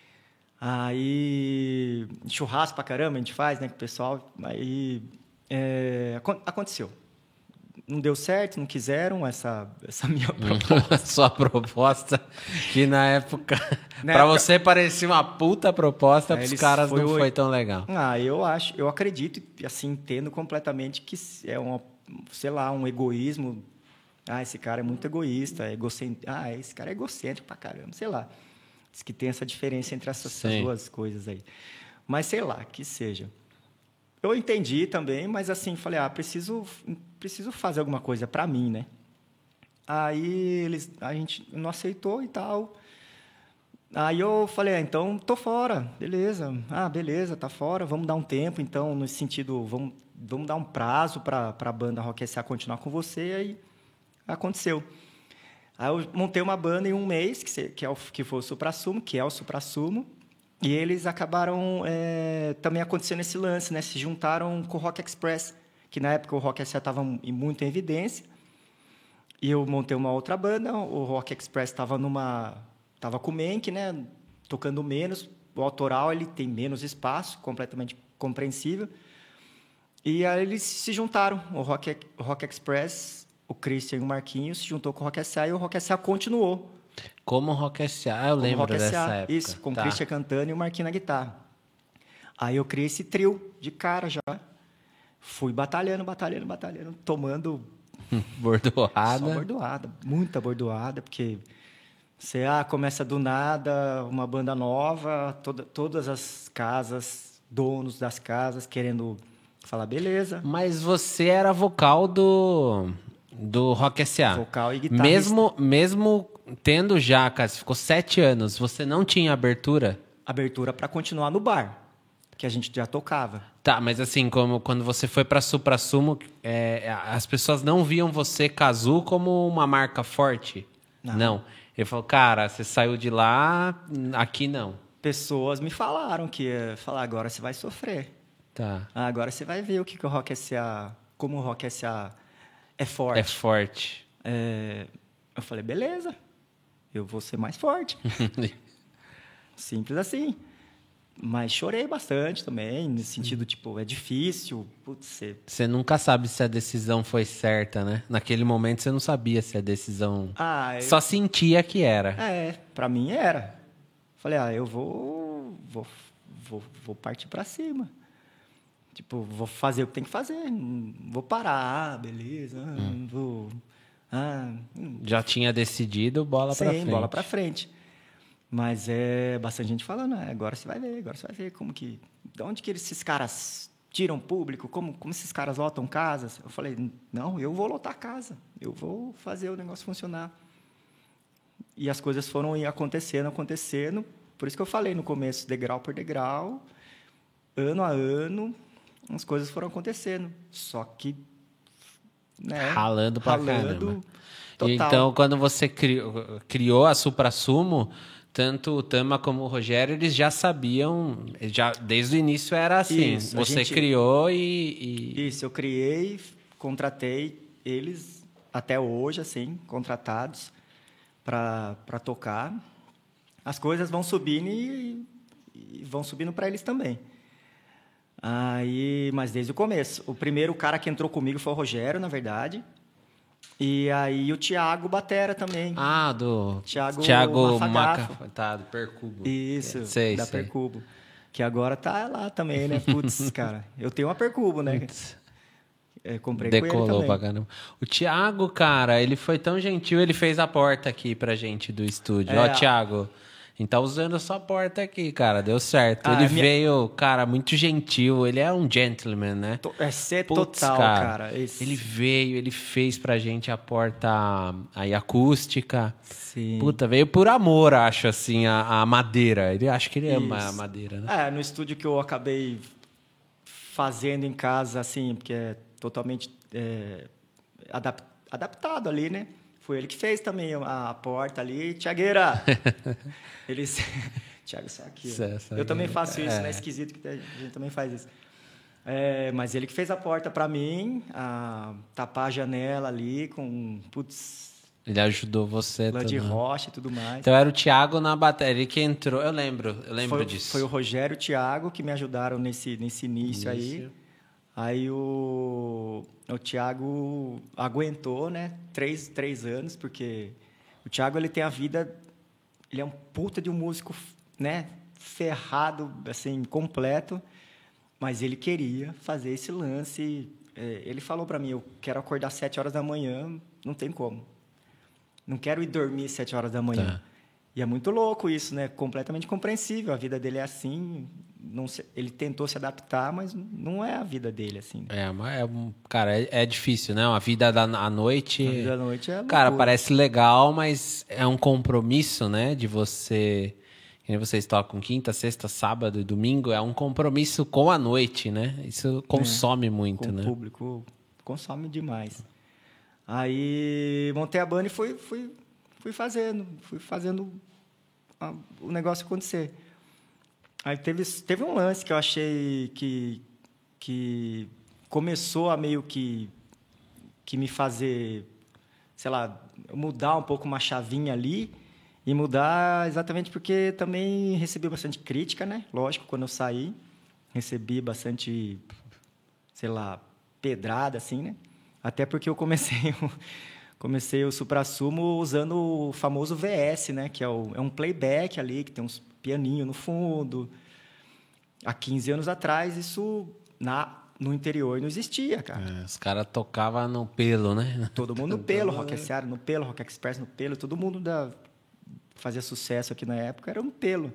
Aí churrasco pra caramba a gente faz, né, com o pessoal. Aí é, aconteceu. Não deu certo, não quiseram essa, essa minha proposta. Sua proposta, que na época, para você parecia uma puta proposta, para os caras não foi tão legal. Ah, eu acho, eu acredito e assim entendo completamente que é uma, sei lá, um egoísmo. Ah, esse cara é muito egoísta, é egocêntrico. Ah, esse cara é egocêntrico pra caramba, sei lá. Diz que tem essa diferença entre essas, essas duas coisas aí. Mas sei lá, que seja. Eu entendi também, mas assim, falei, ah, preciso, preciso fazer alguma coisa para mim, né? Aí eles, a gente não aceitou e tal. Aí eu falei, ah, então tô fora, beleza. Ah, beleza, tá fora, vamos dar um tempo, então, no sentido, vamos, vamos dar um prazo para a banda Rock S A continuar com você. E aí aconteceu. Aí eu montei uma banda em um mês, que, se, que, é o, que foi o Suprassumo, que é o Suprassumo. E eles acabaram é, também acontecendo esse lance, né? Se juntaram com o Rock Express, que na época o Rock S A estava muito em evidência. E eu montei uma outra banda, o Rock Express estava numa, estava com o Menk, né? Tocando menos, o autoral ele tem menos espaço, completamente compreensível. E aí eles se juntaram, o Rock, o Rock Express, o Christian e o Marquinhos se juntou com o Rock S A e o Rock S A continuou. Como o Rock S A, eu Como lembro Rock dessa S A, época. Isso, com o tá. Christian cantando e o Marquinhos na guitarra. Aí eu criei esse trio de cara já. Fui batalhando, batalhando, batalhando, tomando... bordoada. Só bordoada, muita bordoada, porque você ah, começa do nada, uma banda nova, toda, todas as casas, donos das casas querendo falar, beleza. Mas você era vocal do, do Rock S A. Vocal e guitarra. Mesmo, mesmo tendo já, cara, você ficou sete anos, você não tinha abertura? Abertura para continuar no bar, que a gente já tocava. Tá, mas assim, como quando você foi para Suprassumo, é, as pessoas não viam você, Kazu, como uma marca forte? Não. Não. Ele falou, cara, você saiu de lá, aqui não. Pessoas me falaram que ia falar, agora você vai sofrer. Tá. Ah, agora você vai ver o que, que o Rock S A, como o Rock S A é forte. É forte. É, eu falei, beleza, eu vou ser mais forte. Simples assim. Mas chorei bastante também, nesse sentido, tipo, é difícil. Putz, você... você nunca sabe se a decisão foi certa, né? Naquele momento você não sabia se a decisão... Ah, eu... Só sentia que era. É, pra mim era. Falei, ah, eu vou, vou, vou, vou partir pra cima. Tipo, vou fazer o que tem que fazer. Não vou parar, ah, beleza, ah, hum. vou... Ah, hum. Já tinha decidido, bola Sim, pra frente. bola pra frente. Mas é bastante gente falando, ah, agora você vai ver, agora você vai ver como que... De onde que esses caras tiram público? Como, como esses caras lotam casas? Eu falei, não, eu vou lotar casa. Eu vou fazer o negócio funcionar. E as coisas foram acontecendo, acontecendo. Por isso que eu falei no começo, degrau por degrau, ano a ano. as coisas foram acontecendo. Só que, né? Ralando pra ralando caramba. total. Então, quando você criou, criou a Suprassumo, tanto o Tama como o Rogério, eles já sabiam, já desde o início era assim. Isso, a você gente- criou e, e- Isso, eu criei, contratei eles até hoje, assim, contratados para tocar. As coisas vão subindo e, e vão subindo para eles também. Aí, mas desde o começo. O primeiro cara que entrou comigo foi o Rogério, na verdade. E aí o Thiago Batera também. Ah, do Thiago Thiago Mafagafo. Maca, tá, do Percubo. Isso, sei, da sei. Percubo. Que agora tá lá também, né? Putz, cara, eu tenho uma Percubo, né? É, comprei com ele Decolou também. pra caramba. O Thiago, cara, ele foi tão gentil, ele fez a porta aqui pra gente do estúdio. É, Ó, a- Thiago, a gente tá usando a sua porta aqui, cara, deu certo. Ah, ele é minha- veio, cara, muito gentil, ele é um gentleman, né? To- É ser Putz, total, cara. Esse- Ele veio, ele fez pra gente a porta aí acústica. Sim. Puta, veio por amor, acho, assim, a, a madeira. Ele acho que ele ama Isso. a madeira, né? É, no estúdio que eu acabei fazendo em casa, assim, porque é totalmente é, adap- adaptado ali, né? Foi ele que fez também a, a porta ali. Tiagueira! Eles... Tiago, só aqui. Isso, ó. essa Eu também aqui, faço isso, é. né? Esquisito que a gente também faz isso. É, mas ele que fez a porta para mim, a, tapar a janela ali com, putz, Ele ajudou você lã de também. rocha e tudo mais. Então era o Thiago na bateria, ele que entrou. Eu lembro, eu lembro foi, disso. Foi o Rogério e o Thiago que me ajudaram nesse, nesse início, aí. Início. Aí o, o Thiago aguentou, né? Três, três anos, porque o Thiago ele tem a vida... Ele é um puta de um músico, né? Ferrado, assim, completo. Mas ele queria fazer esse lance. É, ele falou para mim, eu quero acordar sete horas da manhã, não tem como. Não quero ir dormir sete horas da manhã. Tá. E é muito louco isso, né? Completamente compreensível. A vida dele é assim. Não se, ele tentou se adaptar, mas não é a vida dele, assim. É, mas é, um- cara, é, é difícil, né? Uma vida da, à noite. A vida da noite é Cara, loucura. parece legal, mas é um compromisso, né? De você. Que nem vocês tocam quinta, sexta, sábado e domingo, é um compromisso com a noite, né? Isso consome muito, com né? o público, consome demais. Aí montei a banda e fui, fui, fui fazendo, fui fazendo a- o negócio acontecer. Aí teve, teve um lance que eu achei que, que começou a meio que, que me fazer, sei lá, mudar um pouco uma chavinha ali e mudar exatamente porque também recebi bastante crítica, né? Lógico, quando eu saí, recebi bastante, sei lá, pedrada, assim, né? Até porque eu comecei o, comecei o Suprassumo usando o famoso V S, né? Que é, o, é um playback ali, que tem uns pianinhos no fundo. Há quinze anos atrás, isso na, no interior não existia, cara. É, os caras tocavam no pelo, né? Todo mundo no pelo, Rock S A no pelo, Rock Express no pelo, todo mundo da, fazia sucesso aqui na época, era um pelo.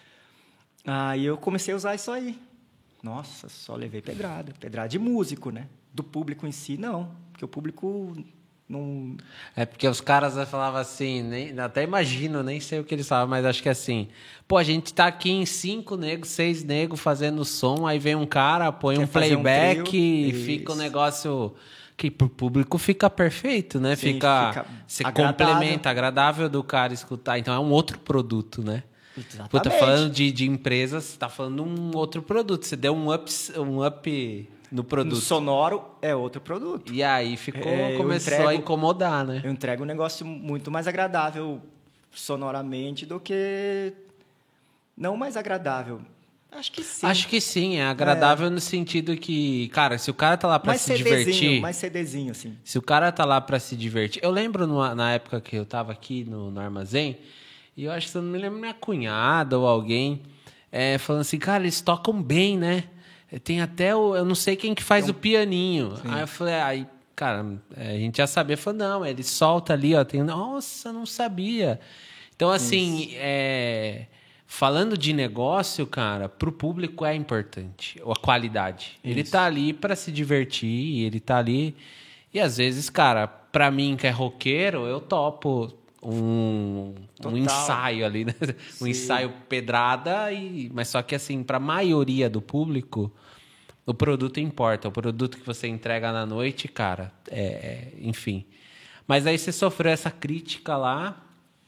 Aí eu comecei a usar isso aí. Nossa, só levei pedrada. Pedrada de músico, né? Do público em si, não. Porque o público não... É porque os caras falavam assim, nem, até imagino, nem sei o que eles falavam, mas acho que é assim, pô, a gente tá aqui em cinco negros, seis negros fazendo som, aí vem um cara, põe Quer um fazer um playback trio, e isso. fica um negócio que pro público fica perfeito, né? Sim, fica, fica se agradável. complementa, agradável do cara escutar. Então é um outro produto, né? Exatamente. Puta, falando de, de empresas, você tá falando de um outro produto. Você deu um up, um up no No produto. sonoro é outro produto. E aí ficou, É, eu começou entrego- a incomodar, né? Eu entrego um negócio muito mais agradável sonoramente do que... Não mais agradável. Acho que sim. Acho que sim, é agradável no sentido que, cara, se o cara tá lá pra mais se CDzinho, divertir, mais CDzinho, assim. se o cara tá lá pra se divertir. Eu lembro numa- na época que eu tava aqui no, no armazém, e eu acho que eu não me lembro minha cunhada ou alguém é, falando assim, cara, eles tocam bem, né? Tem até o. Eu não sei quem que faz o pianinho. Aí eu falei, aí, cara, é, a gente já sabia. Falei, não, ele solta ali, ó. Tem, nossa, não sabia. Então, assim, é, falando de negócio, cara, pro público é importante a qualidade. Ele tá ali pra se divertir, ele tá ali. E às vezes, cara, pra mim que é roqueiro, eu topo um, um Total. ensaio ali, né? Um Sim. ensaio pedrada, e, mas só que assim, pra maioria do público, O produto importa. O produto que você entrega na noite, cara, é, é, enfim. Mas aí você sofreu essa crítica lá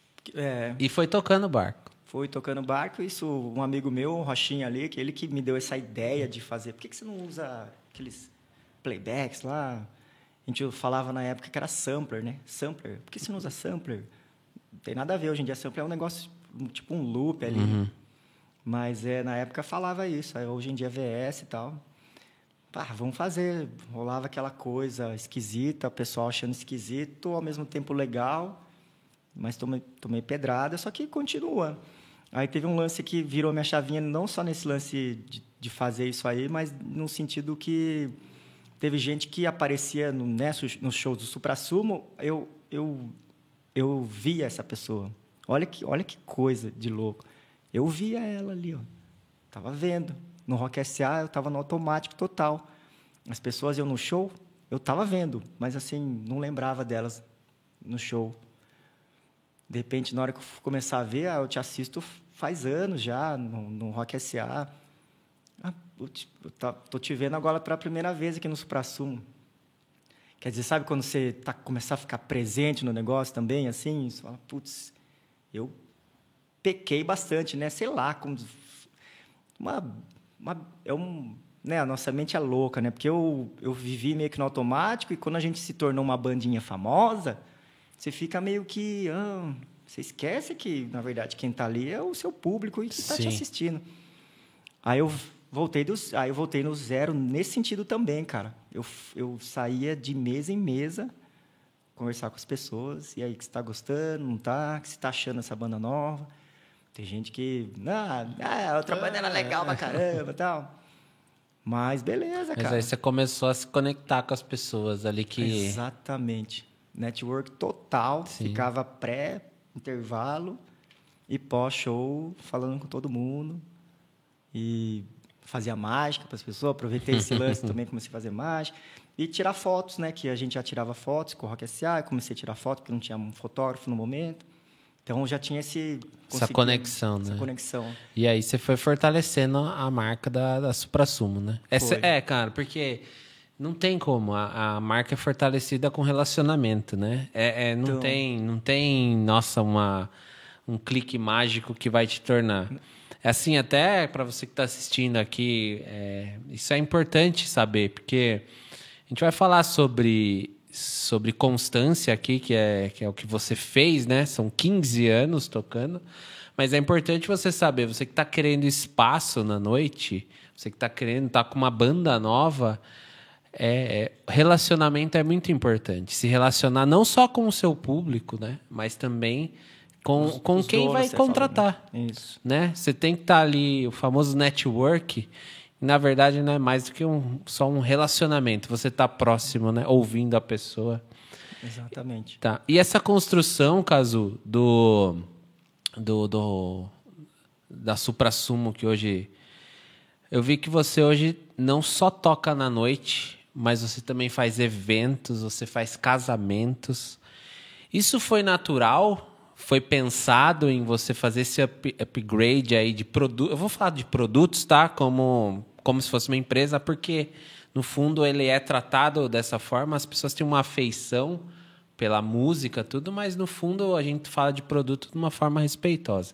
É, e foi tocando o barco. fui tocando barco, isso, um amigo meu, o Rochinha ali, que ele que me deu essa ideia de fazer. Por que, que você não usa aqueles playbacks lá? A gente falava na época que era sampler, né? Sampler. Por que você não usa sampler? Não tem nada a ver. Hoje em dia, sampler é um negócio, tipo um loop ali. Uhum. Mas é, na época falava isso. Aí, hoje em dia, V S e tal. Pá, vamos fazer. Rolava aquela coisa esquisita, o pessoal achando esquisito, ao mesmo tempo legal. Mas tomei, tomei pedrada, só que continua. Aí teve um lance que virou minha chavinha, não só nesse lance de, de fazer isso aí, mas no sentido que teve gente que aparecia no, né, nos shows do Suprassumo, eu, eu, eu via essa pessoa. Olha que, olha que coisa de louco. Eu via ela ali, ó. Tava vendo. No Rock S A eu tava no automático total. As pessoas iam no show, eu tava vendo, mas assim, não lembrava delas no show. De repente, na hora que eu começar a ver, ah, eu te assisto faz anos já, no, no Rock S A. Ah, eu te, eu tá, tô te vendo agora pela primeira vez aqui no Suprassumo. Quer dizer, sabe quando você tá, começar a ficar presente no negócio também, assim? Você fala, putz, eu pequei bastante, né? Sei lá, como... Uma, uma, é um, né? A nossa mente é louca, né? Porque eu, eu vivi meio que no automático e quando a gente se tornou uma bandinha famosa... Você fica meio que... Ah, você esquece que, na verdade, quem está ali é o seu público e que está te assistindo. Aí eu voltei do, aí eu voltei no zero nesse sentido também, cara. Eu, eu saía de mesa em mesa, conversar com as pessoas. E aí, que você está gostando, não está? O que você está achando essa banda nova? Tem gente que... Ah, a outra banda era legal pra caramba e tal. Mas beleza, cara. Mas aí você começou a se conectar com as pessoas ali que... Exatamente. Network total, Sim. Ficava pré, intervalo e pós-show, falando com todo mundo. E fazia mágica para as pessoas. Aproveitei esse lance também, comecei a fazer mágica. E tirar fotos, né? Que a gente já tirava fotos com o Rock S A. Eu comecei a tirar foto, porque não tinha um fotógrafo no momento. Então, já tinha esse... Essa conexão, essa né? conexão. E aí você foi fortalecendo a marca da, da Suprassumo, né? Essa, é, cara, porque... Não tem como. A, a marca é fortalecida com relacionamento, né? É, é, não, então... tem, não tem, nossa, uma, um clique mágico que vai te tornar. É assim, até para você que está assistindo aqui, é, isso é importante saber, porque a gente vai falar sobre, sobre constância aqui, que é, que é o que você fez, né? São quinze anos tocando. Mas é importante você saber, você que está querendo espaço na noite, você que está querendo estar tá com uma banda nova... É, é, relacionamento é muito importante. Se relacionar não só com o seu público, né? Mas também com, os, com os quem vai contratar. Fala, né? Isso. Né? Você tem que estar ali, o famoso network. Na verdade, não é mais do que um, só um relacionamento. Você está próximo, né? Ouvindo a pessoa. Exatamente. Tá. E essa construção, Cazu, do, do, do da Suprassumo, que hoje... Eu vi que você hoje não só toca na noite, mas você também faz eventos, você faz casamentos. Isso foi natural? Foi pensado em você fazer esse up, upgrade aí de produtos? Eu vou falar de produtos, tá? Como, como se fosse uma empresa, porque, no fundo, ele é tratado dessa forma. As pessoas têm uma afeição pela música, tudo, mas, no fundo, a gente fala de produto de uma forma respeitosa.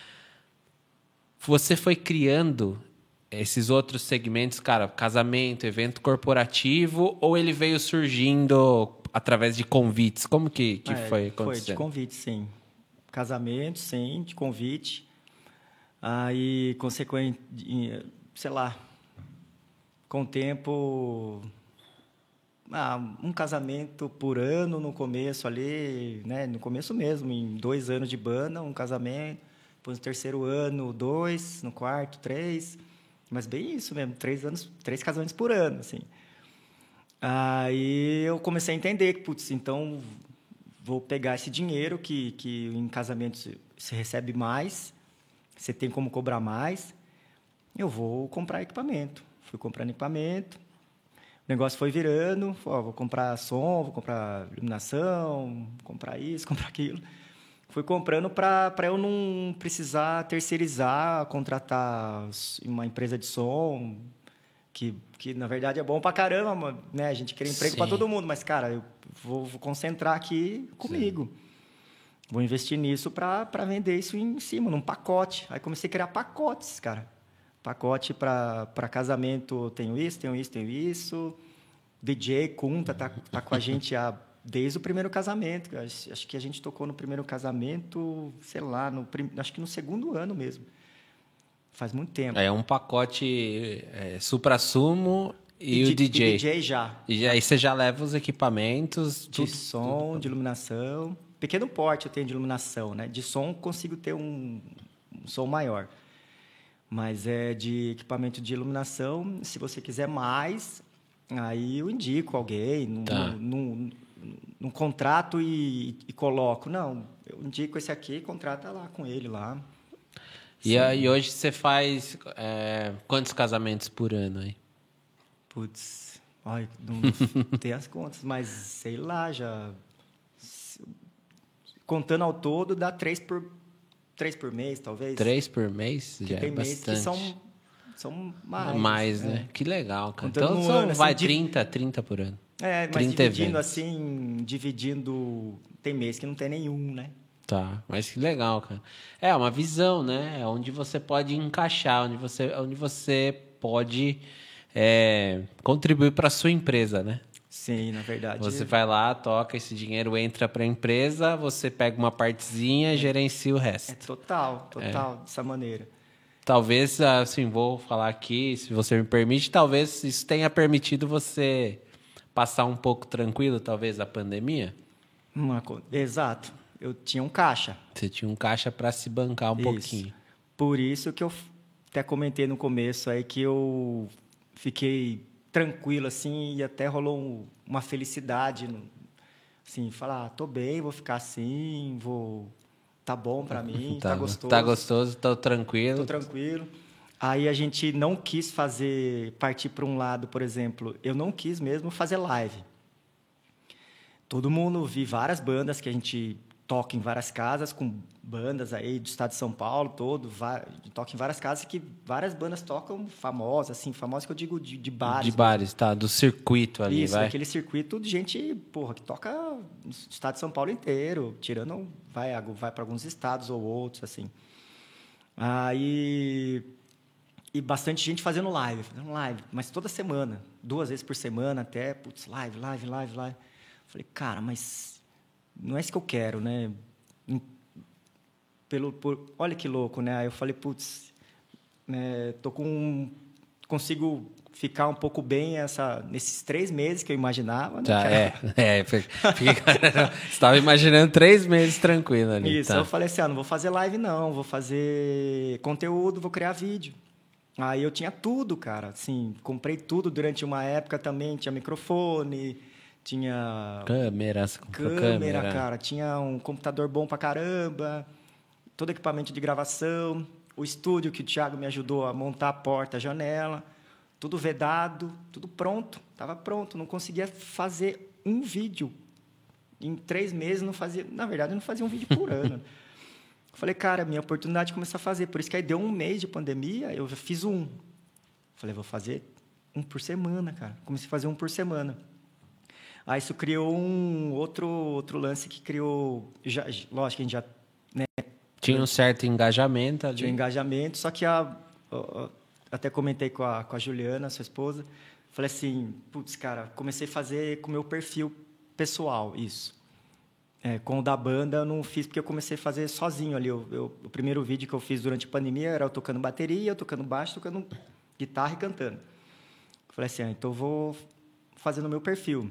Você foi criando... esses outros segmentos, cara, casamento, evento corporativo, ou ele veio surgindo através de convites? Como que, que é, foi acontecendo? Foi de convite, sim. Casamento, sim, de convite. Aí, consequente, sei lá, com o tempo, ah, um casamento por ano no começo ali, né? No começo mesmo, em dois anos de banda, um casamento. Depois no terceiro ano, dois, no quarto, três... Mas bem isso mesmo, três anos, três casamentos por ano, assim. Aí eu comecei a entender que, putz, então vou pegar esse dinheiro que, que em casamento se recebe mais, você tem como cobrar mais, eu vou comprar equipamento. Fui comprando equipamento, o negócio foi virando, ó, vou comprar som, vou comprar iluminação, comprar isso, comprar aquilo. Fui comprando para eu não precisar terceirizar, contratar uma empresa de som, que, que na verdade é bom pra caramba, né? A gente quer emprego para todo mundo, mas, cara, eu vou, vou concentrar aqui comigo. Sim. Vou investir nisso para vender isso em cima, num pacote. Aí comecei a criar pacotes, cara. Pacote para casamento, tenho isso, tenho isso, tenho isso. D J Kunta tá, tá com a gente há, desde o primeiro casamento. Acho, acho que a gente tocou no primeiro casamento, sei lá, no, acho que no segundo ano mesmo. Faz muito tempo. É um pacote é, supra-sumo e, e o D J. E D J já. E aí você já leva os equipamentos. De tudo, som, tudo. De iluminação. Pequeno porte eu tenho de iluminação, né? De som consigo ter um, um som maior. Mas é de equipamento de iluminação, se você quiser mais, aí eu indico alguém, num, tá. num, num, num contrato e, e coloco. Não, eu indico esse aqui, contrata lá com ele lá. E aí hoje você faz é, quantos casamentos por ano aí? Putz, ai, não, não tem as contas, mas sei lá, já... Contando ao todo, dá três por, três por mês, talvez. Três por mês? Porque já tem é mês bastante. que são, são mais. Mais, é. né? Que legal, cara. Contando então, no são, ano, assim, vai div... trinta, trinta por ano. É, mas dividindo eventos. assim, dividindo... Tem mês que não tem nenhum, né? Tá, mas que legal, cara. É uma visão, né? É onde você pode encaixar, onde você, onde você pode é, contribuir para a sua empresa, né? Sim, na verdade. Você vai lá, toca, esse dinheiro entra para a empresa, você pega uma partezinha e é, gerencia o resto. É total, total, é. dessa maneira. Talvez, assim, vou falar aqui, se você me permite, talvez isso tenha permitido você passar um pouco tranquilo, talvez, a pandemia? Uma, exato. Eu tinha um caixa. Você tinha um caixa para se bancar um isso. pouquinho. Por isso que eu até comentei no começo aí que eu fiquei tranquilo, assim, e até rolou um, uma felicidade, assim, falar, ah, tô bem, vou ficar assim, vou... Tá bom para mim, tá, tá gostoso. Tá gostoso, tô tranquilo. Tô tranquilo. Aí a gente não quis fazer, partir para um lado, por exemplo, eu não quis mesmo fazer live. Todo mundo, vi várias bandas que a gente toca em várias casas, com bandas aí do estado de São Paulo todo, toca em várias casas que várias bandas tocam famosas, assim, famosas que eu digo de, de bares. De bares, mesmo. Tá, do circuito ali, Isso, vai. aquele circuito de gente, porra, que toca no estado de São Paulo inteiro, tirando, vai, vai para alguns estados ou outros, assim. Aí... E bastante gente fazendo live, fazendo live, mas toda semana, duas vezes por semana até, putz, live, live, live, live. Falei, cara, mas não é isso que eu quero, né? Pelo, por, olha que louco, né? Aí eu falei, putz, né, tô com, consigo ficar um pouco bem essa, nesses três meses que eu imaginava. Né? Já, é, é, fica, você estava imaginando três meses tranquilo ali. Isso, tá. Eu falei assim, ah, não vou fazer live não, vou fazer conteúdo, vou criar vídeo. Aí eu tinha tudo, cara, assim, comprei tudo durante uma época também, tinha microfone... Tinha câmeras, câmera, câmera, cara. Tinha um computador bom pra caramba, todo equipamento de gravação, o estúdio que o Thiago me ajudou a montar a porta, a janela, tudo vedado, tudo pronto, estava pronto. Não conseguia fazer um vídeo. Em três meses, não fazia... Na verdade, eu não fazia um vídeo por ano. Falei, cara, minha oportunidade de começar a fazer. Por isso que aí deu um mês de pandemia, eu já fiz um. Falei, vou fazer um por semana, cara. Comecei a fazer um por semana. Aí isso criou um outro, outro lance que criou... Já, lógico que a gente já... Né, tinha um certo engajamento ali. Tinha um engajamento, só que a, a, até comentei com a, com a Juliana, sua esposa, falei assim, putz, cara, comecei a fazer com o meu perfil pessoal, isso. É, com o da banda eu não fiz porque eu comecei a fazer sozinho ali. Eu, eu, o primeiro vídeo que eu fiz durante a pandemia era eu tocando bateria, eu tocando baixo, tocando guitarra e cantando. Eu falei assim, ah, então eu vou fazer no meu perfil.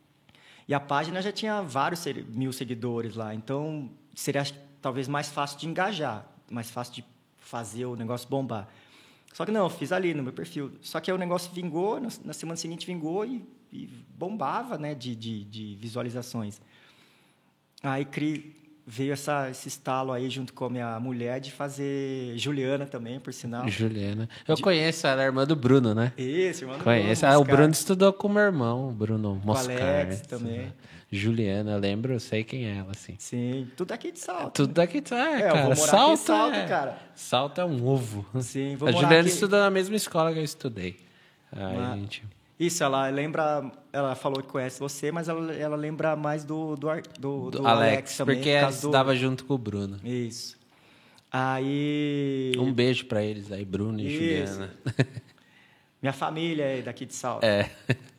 E a página já tinha vários mil seguidores lá, então seria talvez mais fácil de engajar, mais fácil de fazer o negócio bombar. Só que não, eu fiz ali no meu perfil. Só que aí o negócio vingou, na semana seguinte vingou e, e bombava, né, de, de, de visualizações. Aí cri, veio essa, esse estalo aí junto com a minha mulher de fazer Juliana também, por sinal. Juliana. Eu de... conheço, ela é irmã do Bruno, né? Isso, irmã do conheço. Bruno. Ah, o Bruno estudou com o meu irmão, o Bruno Moscar. Alex também. Juliana, eu lembro, eu sei quem é ela, assim. Sim, tudo aqui de Salto. Tudo daqui de Salto, é, é, cara. Eu vou morar Salto, aqui em Salto, é... cara. Salto é um ovo. Sim, vou a morar Juliana aqui... estudou na mesma escola que eu estudei. Ai, Mas- gente. Isso, ela lembra. Ela falou que conhece você, mas ela, ela lembra mais do, do, Ar- do, Do do Alex, Alex, também. porque por ela causa do- estudava junto com o Bruno. Isso. Aí. Um beijo pra eles aí, Bruno e Isso. Juliana. Minha família é daqui de Salto. É.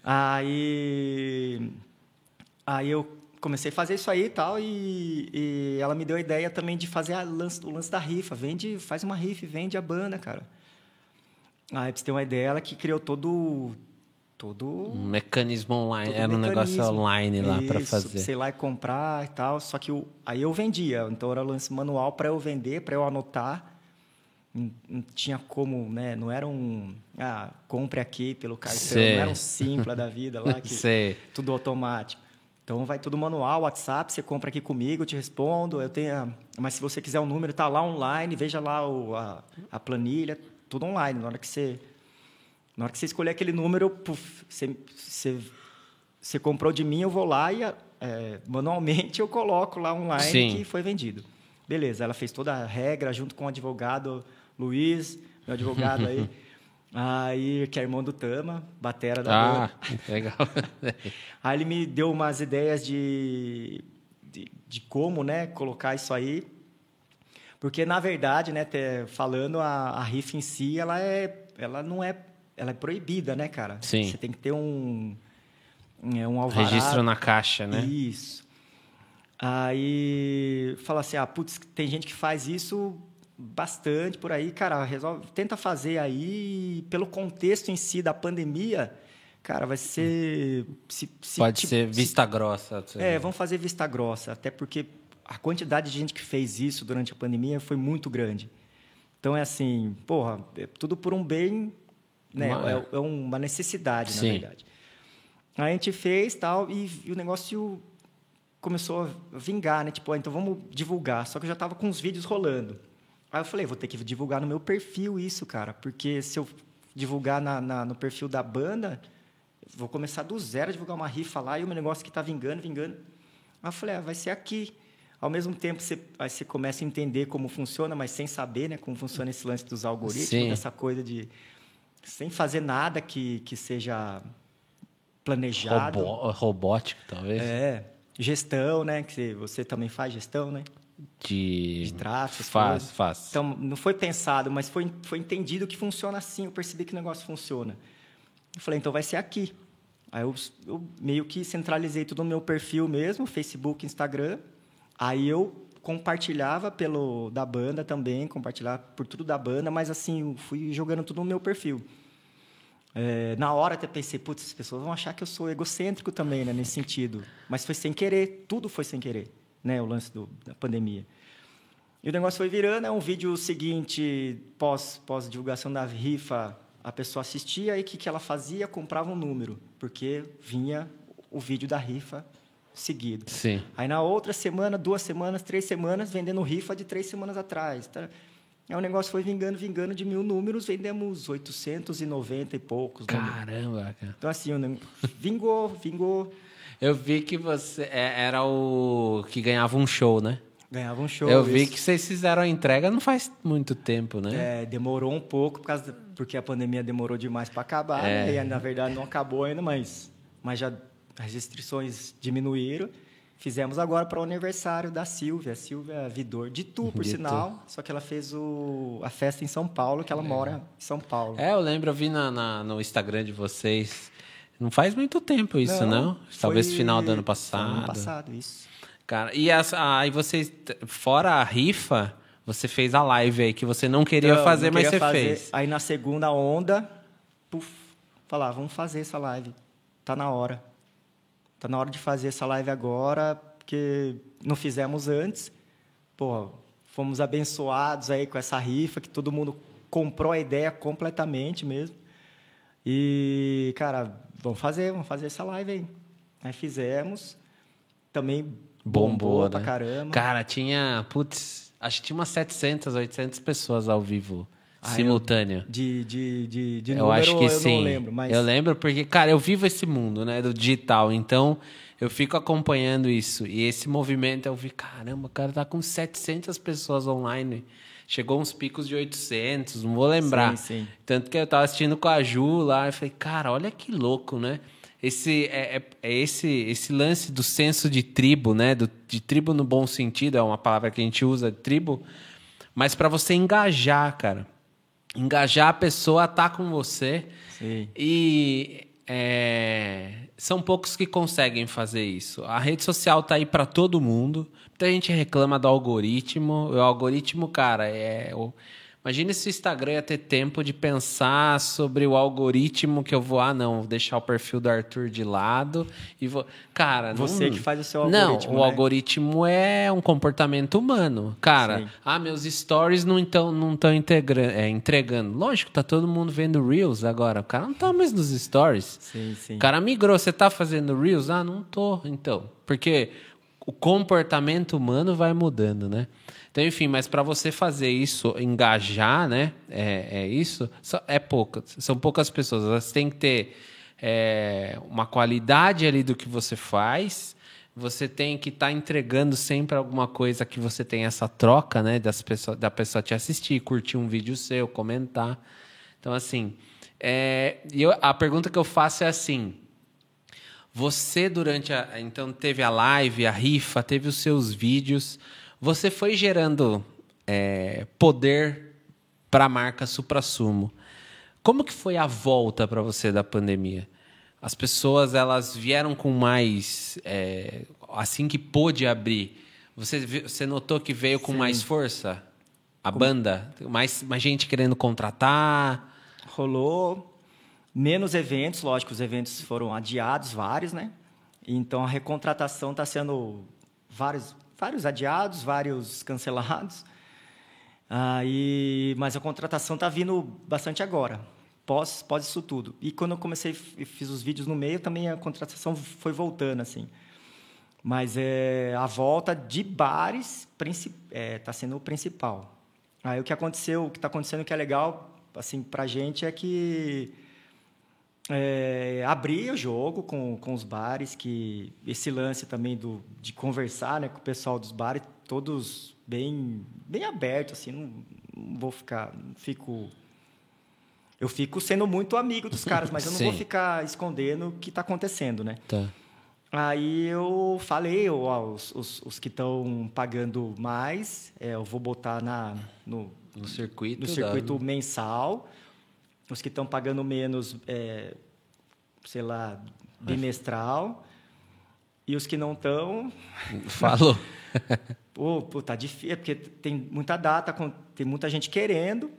Aí. Aí eu comecei a fazer isso aí e tal, e, e ela me deu a ideia também de fazer a lance, o lance da rifa. Vende, faz uma rifa, e vende a banda, cara. Aí pra você ter uma ideia, ela que criou todo. Todo. Um mecanismo online. todo Era um negócio mecanismo. online lá pra Isso, fazer. sei lá e comprar e tal. Só que eu, aí eu vendia. Então era lance manual para eu vender, para eu anotar. Não, não tinha como, né? Não era um. Ah, compre aqui pelo cartão. Sei. Não era um Simpla da vida lá, que Sei. tudo automático. Então vai tudo manual, WhatsApp, você compra aqui comigo, eu te respondo. Eu tenho, a- mas se você quiser o número, tá lá online, veja lá o, a, a planilha, tudo online. Na hora que você. Na hora que você escolher aquele número, puf, você, você, você comprou de mim, eu vou lá e é, manualmente eu coloco lá online Sim. que foi vendido. Beleza, ela fez toda a regra junto com o advogado Luiz, meu advogado aí, aí que é irmão do Tama, batera da Ah, banda. legal. Aí ele me deu umas ideias de, de, de como, né, colocar isso aí. Porque, na verdade, né, te- falando, a, a rifa em si, ela, é, ela não é... Ela é proibida, né, cara? Sim. Você tem que ter um... é, um alvará. Registro na caixa, né? Isso. Aí fala assim, ah, putz, tem gente que faz isso bastante por aí, cara, resolve, tenta fazer aí, pelo contexto em si da pandemia, cara, vai ser... Se, se, Pode tipo, ser se- vista grossa. é, vamos fazer vista grossa, até porque a quantidade de gente que fez isso durante a pandemia foi muito grande. Então, é assim, porra, é tudo por um bem, né? Uma- É, é uma necessidade, Sim. na verdade. Aí a gente fez tal, e, e o negócio começou a vingar, né? Tipo, ah, então vamos divulgar. Só que eu já estava com os vídeos rolando. Aí eu falei, vou ter que divulgar no meu perfil isso, cara, porque se eu divulgar na, na- no perfil da banda, vou começar do zero a divulgar uma rifa lá e o meu negócio que está vingando, vingando. Aí eu falei, ah, vai ser aqui. Ao mesmo tempo, você, aí você começa a entender como funciona, mas sem saber, né, como funciona esse lance dos algoritmos, Sim. dessa coisa de... Sem fazer nada que, que seja planejado. Robó, robótico, talvez. É, gestão, né, que você, você também faz gestão, né? De, De tráfego, essas Faz, coisas. faz. Então, não foi pensado, mas foi, foi entendido que funciona assim. Eu percebi que o negócio funciona. Eu falei, então vai ser aqui. Aí eu, eu meio que centralizei tudo no meu perfil mesmo, Facebook, Instagram. Aí eu compartilhava pelo da banda também, compartilhava por tudo da banda, mas assim, eu fui jogando tudo no meu perfil. É, na hora até pensei, putz, as pessoas vão achar que eu sou egocêntrico também, né, nesse sentido. Mas foi sem querer, tudo foi sem querer, né, o lance do, da pandemia. E o negócio foi virando, é um vídeo seguinte, pós, pós divulgação da rifa, a pessoa assistia e o que, que ela fazia? Comprava um número, porque vinha o vídeo da rifa seguido. Sim. Aí na outra semana, duas semanas, três semanas, vendendo rifa de três semanas atrás. Tá? Aí o negócio foi vingando, vingando de mil números, vendemos oitocentos e noventa e poucos números. Caramba, cara. Então, assim, o negócio vingou, vingou, Eu vi que você é- era o que ganhava um show, né? ganhava um show. Eu vi isso. que vocês fizeram a entrega não faz muito tempo, né? É, demorou um pouco, por causa da- porque a pandemia demorou demais para acabar, É. né? E, na verdade, não acabou ainda, mas, mas já as restrições diminuíram. Fizemos agora para o aniversário da Silvia, a Silvia Vidor, de Tu, por De sinal, só que ela fez o, a festa em São Paulo, que ela mora em São Paulo. É, eu lembro, eu vi na, na- no Instagram de vocês. Não faz muito tempo isso, não? Talvez foi- final do ano foi passado. Ano passado, isso. Cara, e as, aí vocês, fora a rifa, você fez a live aí, que você não queria Então, fazer, não mas queria você fazer. fez. Aí na segunda onda, puf, falar, vamos fazer essa live. Tá na hora. Tá na hora de fazer essa live agora, porque não fizemos antes. Pô, fomos abençoados aí com essa rifa, que todo mundo comprou a ideia completamente mesmo. E, cara, vamos fazer, vamos fazer essa live aí. Aí fizemos. Também bombou, Bombou, pra né? caramba. Cara, tinha, putz, acho que tinha umas setecentas, oitocentas pessoas ao vivo, Ah, simultâneo. De, de, de, de Eu número, acho que eu sim. não lembro, mas... Eu lembro porque, cara, eu vivo esse mundo, né, do digital. Então, eu fico acompanhando isso. E esse movimento, eu vi, caramba, o cara tá com setecentas pessoas online. chegou uns picos de oitocentos, não vou lembrar. Sim, sim. Tanto que eu tava assistindo com a Ju lá, e falei, cara, olha que louco, né? Esse, é, é, é esse, esse lance do senso de tribo, né? Do, de tribo no bom sentido, é uma palavra que a gente usa, tribo, mas para você engajar, cara. Engajar a pessoa a estar com você. Sim. E é, são poucos que conseguem fazer isso. A rede social tá aí para todo mundo. Muita gente reclama do algoritmo. O algoritmo, cara, é... O... Imagina se o Instagram ia ter tempo de pensar sobre o algoritmo que eu vou... Ah, não, vou deixar o perfil do Arthur de lado e vou... Cara, Você não... que faz o seu algoritmo, Não, o né? algoritmo é um comportamento humano. Cara, Sim. ah, meus stories não estão não estão é, entregando. Lógico, tá todo mundo vendo Reels agora. O cara não tá mais nos stories. Sim, sim. O cara migrou. Você tá fazendo Reels? Ah, não tô, então. Porque o comportamento humano vai mudando, né? Então, enfim, mas para você fazer isso, engajar, né? É, é isso, é poucas. São poucas pessoas. Elas têm que ter é, uma qualidade ali do que você faz. Você tem que estar tá entregando sempre alguma coisa que você tem essa troca, né? Das pessoas, da pessoa te assistir, curtir um vídeo seu, comentar. Então, assim, é, eu, a pergunta que eu faço é assim... Você, durante a... Então, teve a live, a rifa, teve os seus vídeos... Você foi gerando é, poder para a marca Suprassumo. Como que foi a volta para você da pandemia? As pessoas elas vieram com mais... É, assim que pôde abrir, você, você notou que veio com Sim. mais força? A Como... banda? Mais, mais gente querendo contratar? Rolou menos eventos, lógico, os eventos foram adiados, vários, né? Então, a recontratação está sendo vários... Vários adiados, vários cancelados. Ah, e, mas a contratação está vindo bastante agora, pós, pós isso tudo. E quando eu comecei e fiz os vídeos no meio, também a contratação foi voltando, assim. Mas é, a volta de bares está é, tá sendo o principal. Aí o que aconteceu, o que está acontecendo que é legal assim, para a gente é que É, abrir o jogo com, com os bares, que esse lance também do, de conversar, né, com o pessoal dos bares, todos bem, bem abertos, assim, não, não vou ficar, não fico... Eu fico sendo muito amigo dos caras, mas eu não vou ficar escondendo o que está acontecendo, né? Tá. Aí eu falei, ó, os, os, os que estão pagando mais, é, eu vou botar na, no, no circuito, no circuito mensal. Os que estão pagando menos, é, sei lá, bimestral. E os que não estão... Falou. Pô, pô, tá difícil, é porque tem muita data, tem muita gente querendo,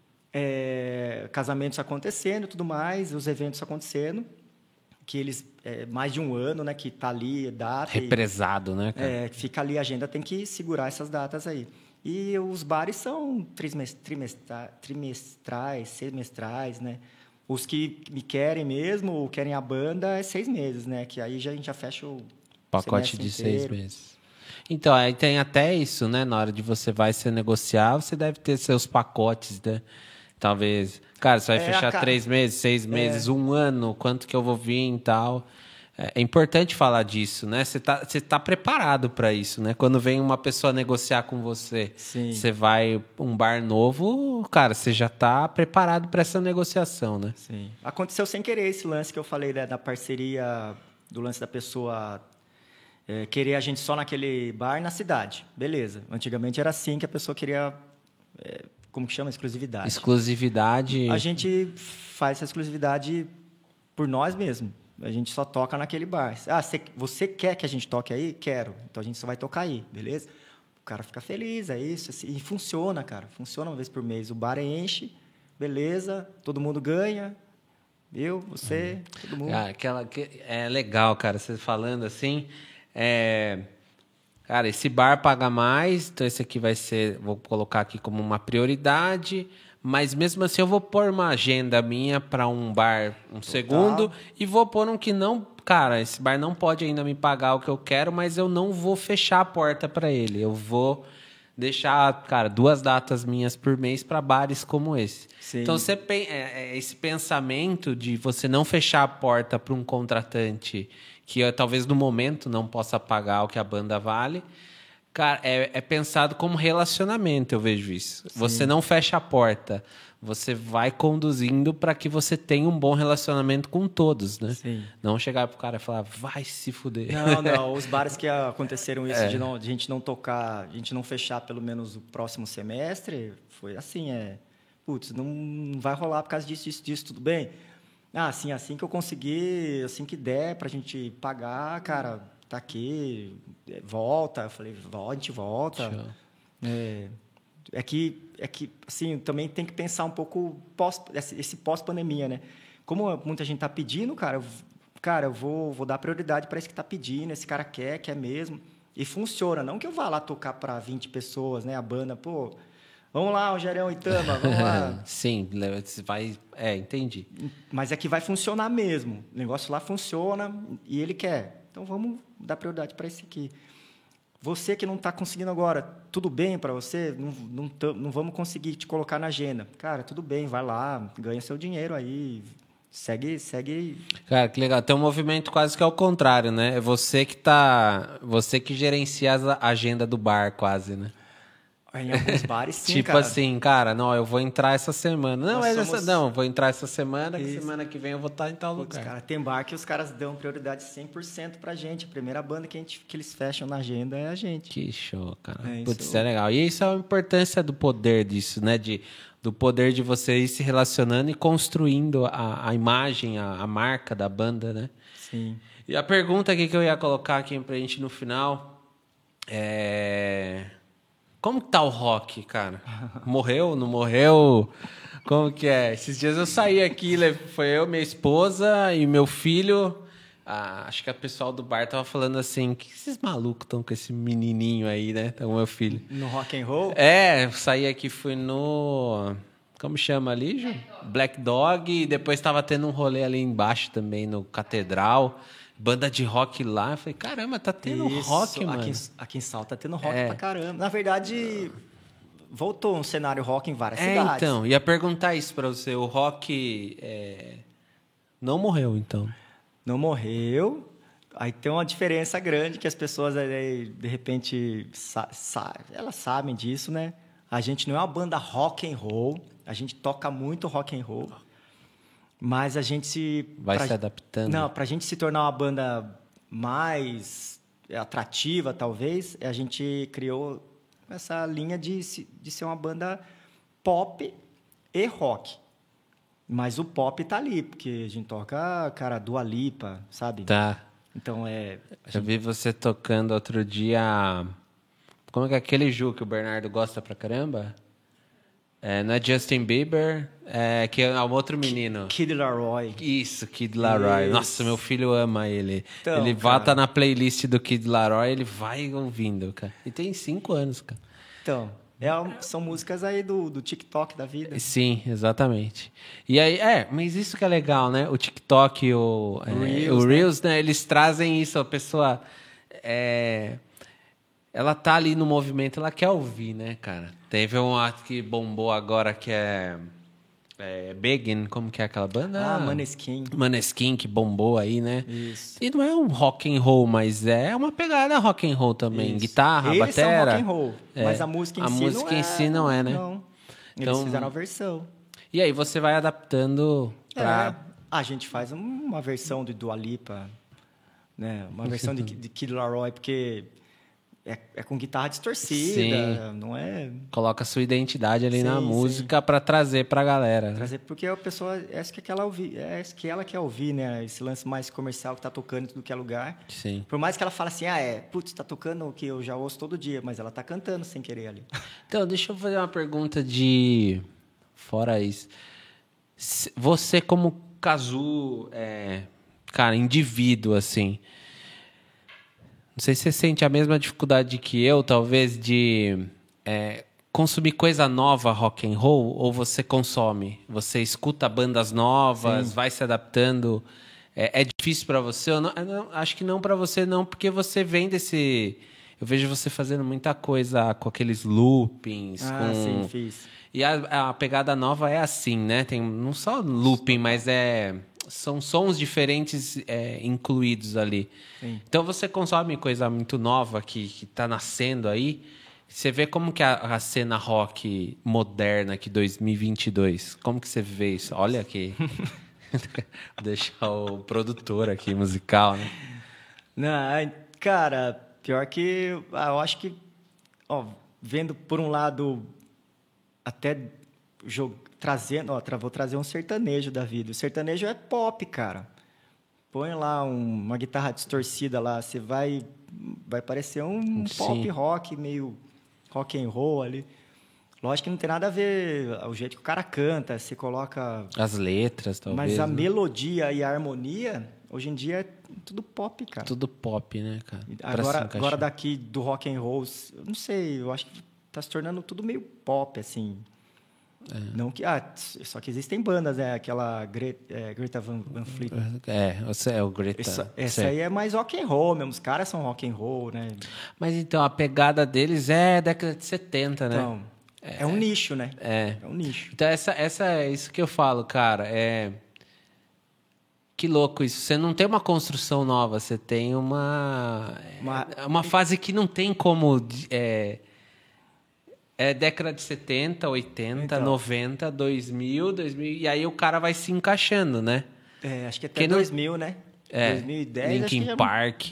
é, casamentos acontecendo e tudo mais, os eventos acontecendo, que eles... É, mais de um ano, né, que tá ali, data... Represado, e, né, cara? É, fica ali, a agenda tem que segurar essas datas aí. E os bares são trimestra, trimestrais, semestrais, né? Os que me querem mesmo, ou querem a banda, é seis meses, né? Que aí já, a gente já fecha o pacote de inteiro. seis meses. Então, aí tem até isso, né? Na hora de você vai se negociar, você deve ter seus pacotes, né? Talvez... Cara, você vai é, fechar cara... três meses, seis meses, é. um ano, quanto que eu vou vir e tal... É importante falar disso, né? Você tá, você tá preparado para isso, né? Quando vem uma pessoa negociar com você, Sim. Você vai um bar novo, cara, você já tá preparado para essa negociação, né? Sim. Aconteceu sem querer esse lance que eu falei, né, da parceria, do lance da pessoa é, querer a gente só naquele bar na cidade. Beleza. Antigamente era assim que a pessoa queria, é, como que chama? Exclusividade. Exclusividade. A gente faz essa exclusividade por nós mesmos. A gente só toca naquele bar. Ah, você, você quer que a gente toque aí? Quero. Então, a gente só vai tocar aí, beleza? O cara fica feliz, é isso. Assim, e funciona, cara. Funciona uma vez por mês. O bar enche, beleza, todo mundo ganha. Eu, você, hum. todo mundo. Ah, aquela, é legal, cara, você falando assim. É, cara, esse bar paga mais, então esse aqui vai ser... Vou colocar aqui como uma prioridade... Mas mesmo assim eu vou pôr uma agenda minha para um bar um Total. segundo e vou pôr um que não... Cara, esse bar não pode ainda me pagar o que eu quero, mas eu não vou fechar a porta para ele. Eu vou deixar, cara, duas datas minhas por mês para bares como esse. Sim. Então, você, é, esse pensamento de você não fechar a porta para um contratante que talvez no momento não possa pagar o que a banda vale... Cara, é, é pensado como relacionamento, eu vejo isso. Sim. Você não fecha a porta. Você vai conduzindo para que você tenha um bom relacionamento com todos, né? Sim. Não chegar pro cara e falar, vai se fuder. Não, não. Os bares que aconteceram isso, é. de, não, de a gente não tocar, a gente não fechar pelo menos o próximo semestre, foi assim, é... Putz, não vai rolar por causa disso, disso, disso, tudo bem? Ah, assim, assim que eu conseguir, assim que der pra gente pagar, cara... Tá aqui, volta. Eu falei, volta, a gente volta. É, é que, é que, assim, também tem que pensar um pouco pós, esse pós-pandemia, né? Como muita gente tá pedindo, cara, eu, cara, eu vou, vou dar prioridade para esse que tá pedindo, esse cara quer, quer mesmo. E funciona. Não que eu vá lá tocar para vinte pessoas, né? A banda, pô, vamos lá, Rogério Itama, vamos lá. Sim, vai... É, entendi. Mas é que vai funcionar mesmo. O negócio lá funciona e ele quer. Então, vamos dar prioridade para esse aqui. Você que não está conseguindo agora, tudo bem para você? Não, não, tam, não vamos conseguir te colocar na agenda. Cara, tudo bem, vai lá, ganha seu dinheiro aí, segue... segue. Cara, que legal. Tem um movimento quase que ao contrário, né? É você que, tá, você que gerencia a agenda do bar, quase, né? Em alguns bares, sim, tipo cara. assim, cara, não, eu vou entrar essa semana. Não, é somos... essa, não, vou entrar essa semana, que semana que vem eu vou estar em tal Putz, lugar. Cara, tem bar que os caras dão prioridade cem por cento pra gente. A primeira banda que, a gente, que eles fecham na agenda é a gente. Que show, cara. É, Putz, isso... é legal. E isso é a importância do poder disso, né? De, do poder de você ir se relacionando e construindo a, a imagem, a, a marca da banda, né? Sim. E a pergunta aqui que eu ia colocar aqui pra gente no final é... Como que tá o rock, cara? Morreu, não morreu? Como que é? Esses dias eu saí aqui, foi eu, minha esposa e meu filho. Ah, acho que o pessoal do bar tava falando assim, que esses malucos estão com esse menininho aí, né? Então, meu filho. No rock and roll? É, eu saí aqui, fui no... Como chama ali, Ju? Black Dog. Black Dog. E depois estava tendo um rolê ali embaixo também, no Catedral. Banda de rock lá. Eu falei, caramba, tá tendo Isso, rock, mano. Aqui em, aqui em Salto tá tendo rock é. pra caramba. Na verdade, voltou um cenário rock em várias é, cidades. Então, ia perguntar isso pra você. O rock é... não morreu, então? Não morreu. Aí tem uma diferença grande que as pessoas, aí, de repente, sa sa elas sabem disso, né? A gente não é uma banda rock and roll. A gente toca muito rock and roll. Mas a gente se... Vai pra, se adaptando. Não, para a gente se tornar uma banda mais atrativa, talvez, a gente criou essa linha de, de ser uma banda pop e rock. Mas o pop tá ali, porque a gente toca, cara, Dua Lipa, sabe? Tá. Então, é... Eu gente... vi você tocando outro dia... Como é que é aquele Ju que o Bernardo gosta pra caramba? É, não é Justin Bieber, é, que é um outro menino. Kid Laroi. Isso, Kid Laroi. Isso. Nossa, meu filho ama ele. Então, ele volta na playlist do Kid Laroi, ele vai ouvindo, cara. E tem cinco anos, cara. Então, é, são músicas aí do, do TikTok da vida. Sim, exatamente. E aí, é, mas isso que é legal, né? O TikTok e o, é, Reels, o Reels, né? né? Eles trazem isso, a pessoa... É, ela tá ali no movimento, ela quer ouvir, né, cara? Teve um ato que bombou agora que é, é Begin, como que é aquela banda? Ah, Maneskin. Maneskin, que bombou aí, né? Isso. E não é um rock and roll, mas é uma pegada rock and roll também. Isso. Guitarra, Eles batera. São rock and roll, é. mas a música em a si música não é. em si não é, né? Não. Eles então, fizeram a versão. E aí você vai adaptando pra... É. A gente faz uma versão de Dua Lipa, né? Uma versão de, de Kid Laroi, porque... É, é com guitarra distorcida, sim. Não é... Coloca a sua identidade ali sim, na música para trazer para a galera. Trazer porque a pessoa... É isso que ela, ouvi, é isso que ela quer ouvir, né? Esse lance mais comercial que tá tocando em tudo que é lugar. Sim. Por mais que ela fale assim, ah, é, putz, tá tocando o que eu já ouço todo dia, mas ela tá cantando sem querer ali. Então, deixa eu fazer uma pergunta de... Fora isso. Você como Kazu, é... cara, indivíduo, assim... Não sei se você sente a mesma dificuldade que eu, talvez, de é, consumir coisa nova rock and roll, ou você consome? Você escuta bandas novas, sim, vai se adaptando? É, é difícil para você? Eu não, eu não, acho que não para você, não, porque você vem desse... Eu vejo você fazendo muita coisa com aqueles loopings. Ah, com... sim, fiz. E a, a pegada nova é assim, né? Tem não só looping, mas é... são sons diferentes é, incluídos ali. Sim. Então você consome coisa muito nova que está nascendo aí. Você vê como que a, a cena rock moderna aqui dois mil e vinte e dois, como que você vê isso? Olha aqui. Deixar o produtor aqui musical, né? Não, cara, pior que ah, eu acho que, ó, vendo por um lado até jogo, trazendo, ó, tra- vou trazer um sertanejo da vida. O sertanejo é pop, cara. Põe lá um- uma guitarra distorcida lá, você vai vai parecer um Sim. pop rock meio rock and roll ali. Lógico que não tem nada a ver o jeito que o cara canta, você coloca, As letras, talvez. mas a né? melodia e a harmonia hoje em dia é tudo pop, cara. Tudo pop, né, cara? Pra se Agora, encaixar. agora daqui do rock and roll, eu não sei, eu acho que tá se tornando tudo meio pop, assim. É. Não que, ah, só que existem bandas, né? Aquela Gre, é, Greta Van, Van Fleet. É, você é o Greta. Essa, essa certo. aí é mais rock and roll mesmo. Os caras são rock and roll, né? Mas então, a pegada deles é década de setenta, né? Então, é, um nicho, né? É. É um nicho. Então, essa, essa é isso que eu falo, cara. É... Que louco isso. Você não tem uma construção nova, você tem uma... Uma- É uma fase que não tem como... É, é década de setenta, oitenta, Então. noventa, dois mil, dois mil... E aí o cara vai se encaixando, né? É, acho que até Quem não- dois mil, né? É, dois mil e dez, acho que Linkin já... Park,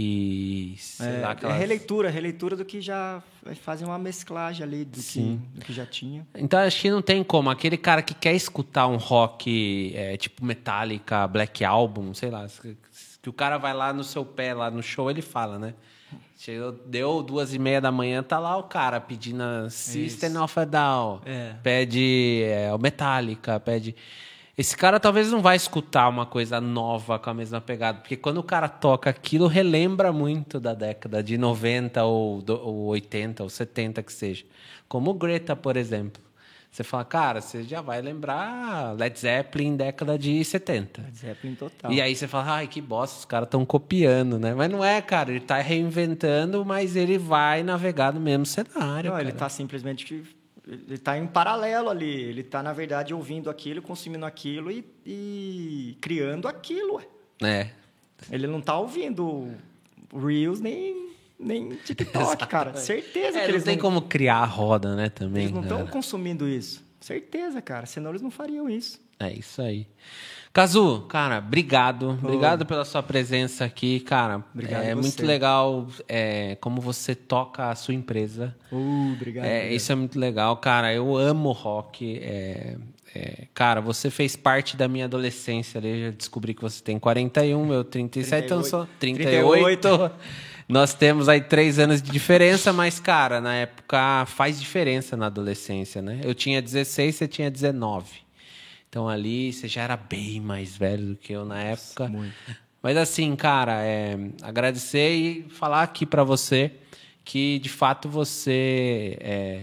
sei É, lá, é aquelas... releitura, releitura do que já... Fazem uma mesclagem ali do que, Sim. do que já tinha. Então, acho que não tem como. Aquele cara que quer escutar um rock é, tipo Metallica, Black Album, sei lá, que o cara vai lá no seu pé, lá no show, ele fala, né? Chegou, deu duas e meia da manhã, tá lá o cara pedindo a System of a Down, É. pede é, o Metallica, pede... Esse cara talvez não vai escutar uma coisa nova com a mesma pegada, porque quando o cara toca aquilo, relembra muito da década de noventa ou, do, ou oitenta ou setenta que seja. Como o Greta, por exemplo. Você fala, cara, você já vai lembrar Led Zeppelin década de setenta. Led Zeppelin total. E aí você fala, ai, que bosta, os caras estão copiando, né? Mas não é, cara, ele tá reinventando, mas ele vai navegar no mesmo cenário, Não, cara. ele está simplesmente que ele está em paralelo ali. Ele está, na verdade, ouvindo aquilo, consumindo aquilo e, e criando aquilo. Ué. É. Ele não está ouvindo Reels nem, nem TikTok, cara. Certeza É, que não eles tem não, como criar a roda, né, também. eles não estão cara. consumindo isso. Certeza, cara. Senão eles não fariam isso. É isso aí. Cazu, cara, obrigado. Obrigado pela sua presença aqui, cara. Obrigado É a você. muito legal é, como você toca a sua empresa. Uh, obrigado. É, obrigado. isso é muito legal, cara. Eu amo rock. É, é, cara, você fez parte da minha adolescência. Ali. Eu já descobri que você tem quarenta e um, eu trinta e sete, então eu sou trinta e oito. Nós temos aí três anos de diferença, mas, cara, na época faz diferença na adolescência, né? Eu tinha dezesseis, você tinha dezenove. Então ali você já era bem mais velho do que eu na época. muito. Mas assim, cara, é, agradecer e falar aqui pra você que de fato você é,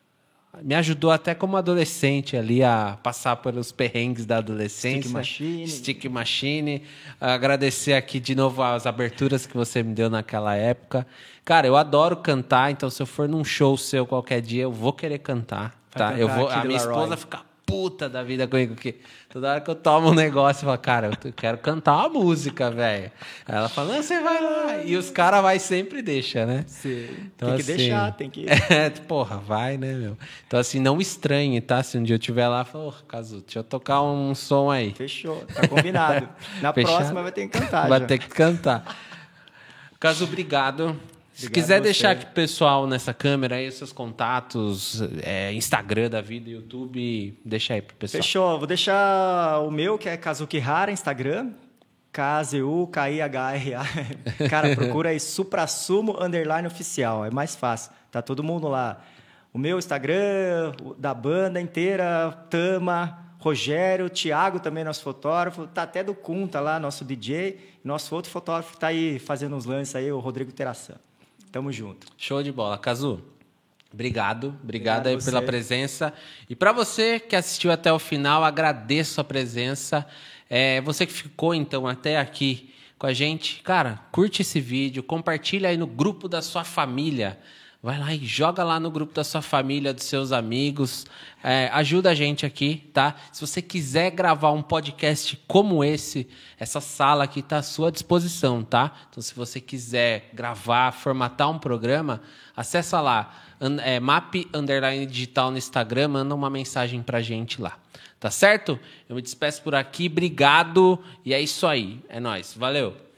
me ajudou até como adolescente ali a passar pelos perrengues da adolescência. Stick Machine. Stick Machine. Agradecer aqui de novo as aberturas que você me deu naquela época. Cara, eu adoro cantar, então se eu for num show seu qualquer dia, eu vou querer cantar. Tá? Vai Eu cantar vou, a Kid minha Laroi. esposa fica puta da vida comigo, que toda hora que eu tomo um negócio, eu falo, cara, eu quero cantar uma música, velho. Aí ela fala, não, você vai lá. E os caras vai sempre deixa, né? Sim. Então, tem que assim, deixar, tem que... É, porra, vai, né, meu? Então, assim, não estranhe, tá? Se um dia eu estiver lá, fala, ô, Cazu, deixa eu tocar um som aí. Fechou, tá combinado. Na Fechado? próxima vai ter que cantar Vai já. ter que cantar. Cazu, obrigado. Se Obrigado quiser você. deixar aqui pro pessoal nessa câmera aí, os seus contatos, é, Instagram da vida, YouTube, deixa aí pro pessoal. Fechou. Vou deixar o meu, que é Kazuki Hara, Instagram. K Z U K I H R A. Cara, procura aí Suprassumo Underline Oficial. É mais fácil. Tá todo mundo lá. O meu Instagram, o da banda inteira, Tama, Rogério, Thiago também, nosso fotógrafo. Tá até do Kunta lá, nosso D J. Nosso outro fotógrafo que tá aí fazendo uns lances aí, o Rodrigo Terassan. Tamo junto. Show de bola. Cazu, obrigado. Obrigado, Obrigado aí a você. pela presença. E para você que assistiu até o final, agradeço a presença. É, você que ficou, então, até aqui com a gente, cara, curte esse vídeo, compartilha aí no grupo da sua família. vai lá e joga lá no grupo da sua família, dos seus amigos. É, ajuda a gente aqui, tá? Se você quiser gravar um podcast como esse, essa sala aqui está à sua disposição, tá? Então, se você quiser gravar, formatar um programa, acessa lá, é, Map Underline Digital no Instagram, manda uma mensagem pra gente lá. Tá certo? Eu me despeço por aqui, obrigado. E é isso aí. É nóis. Valeu.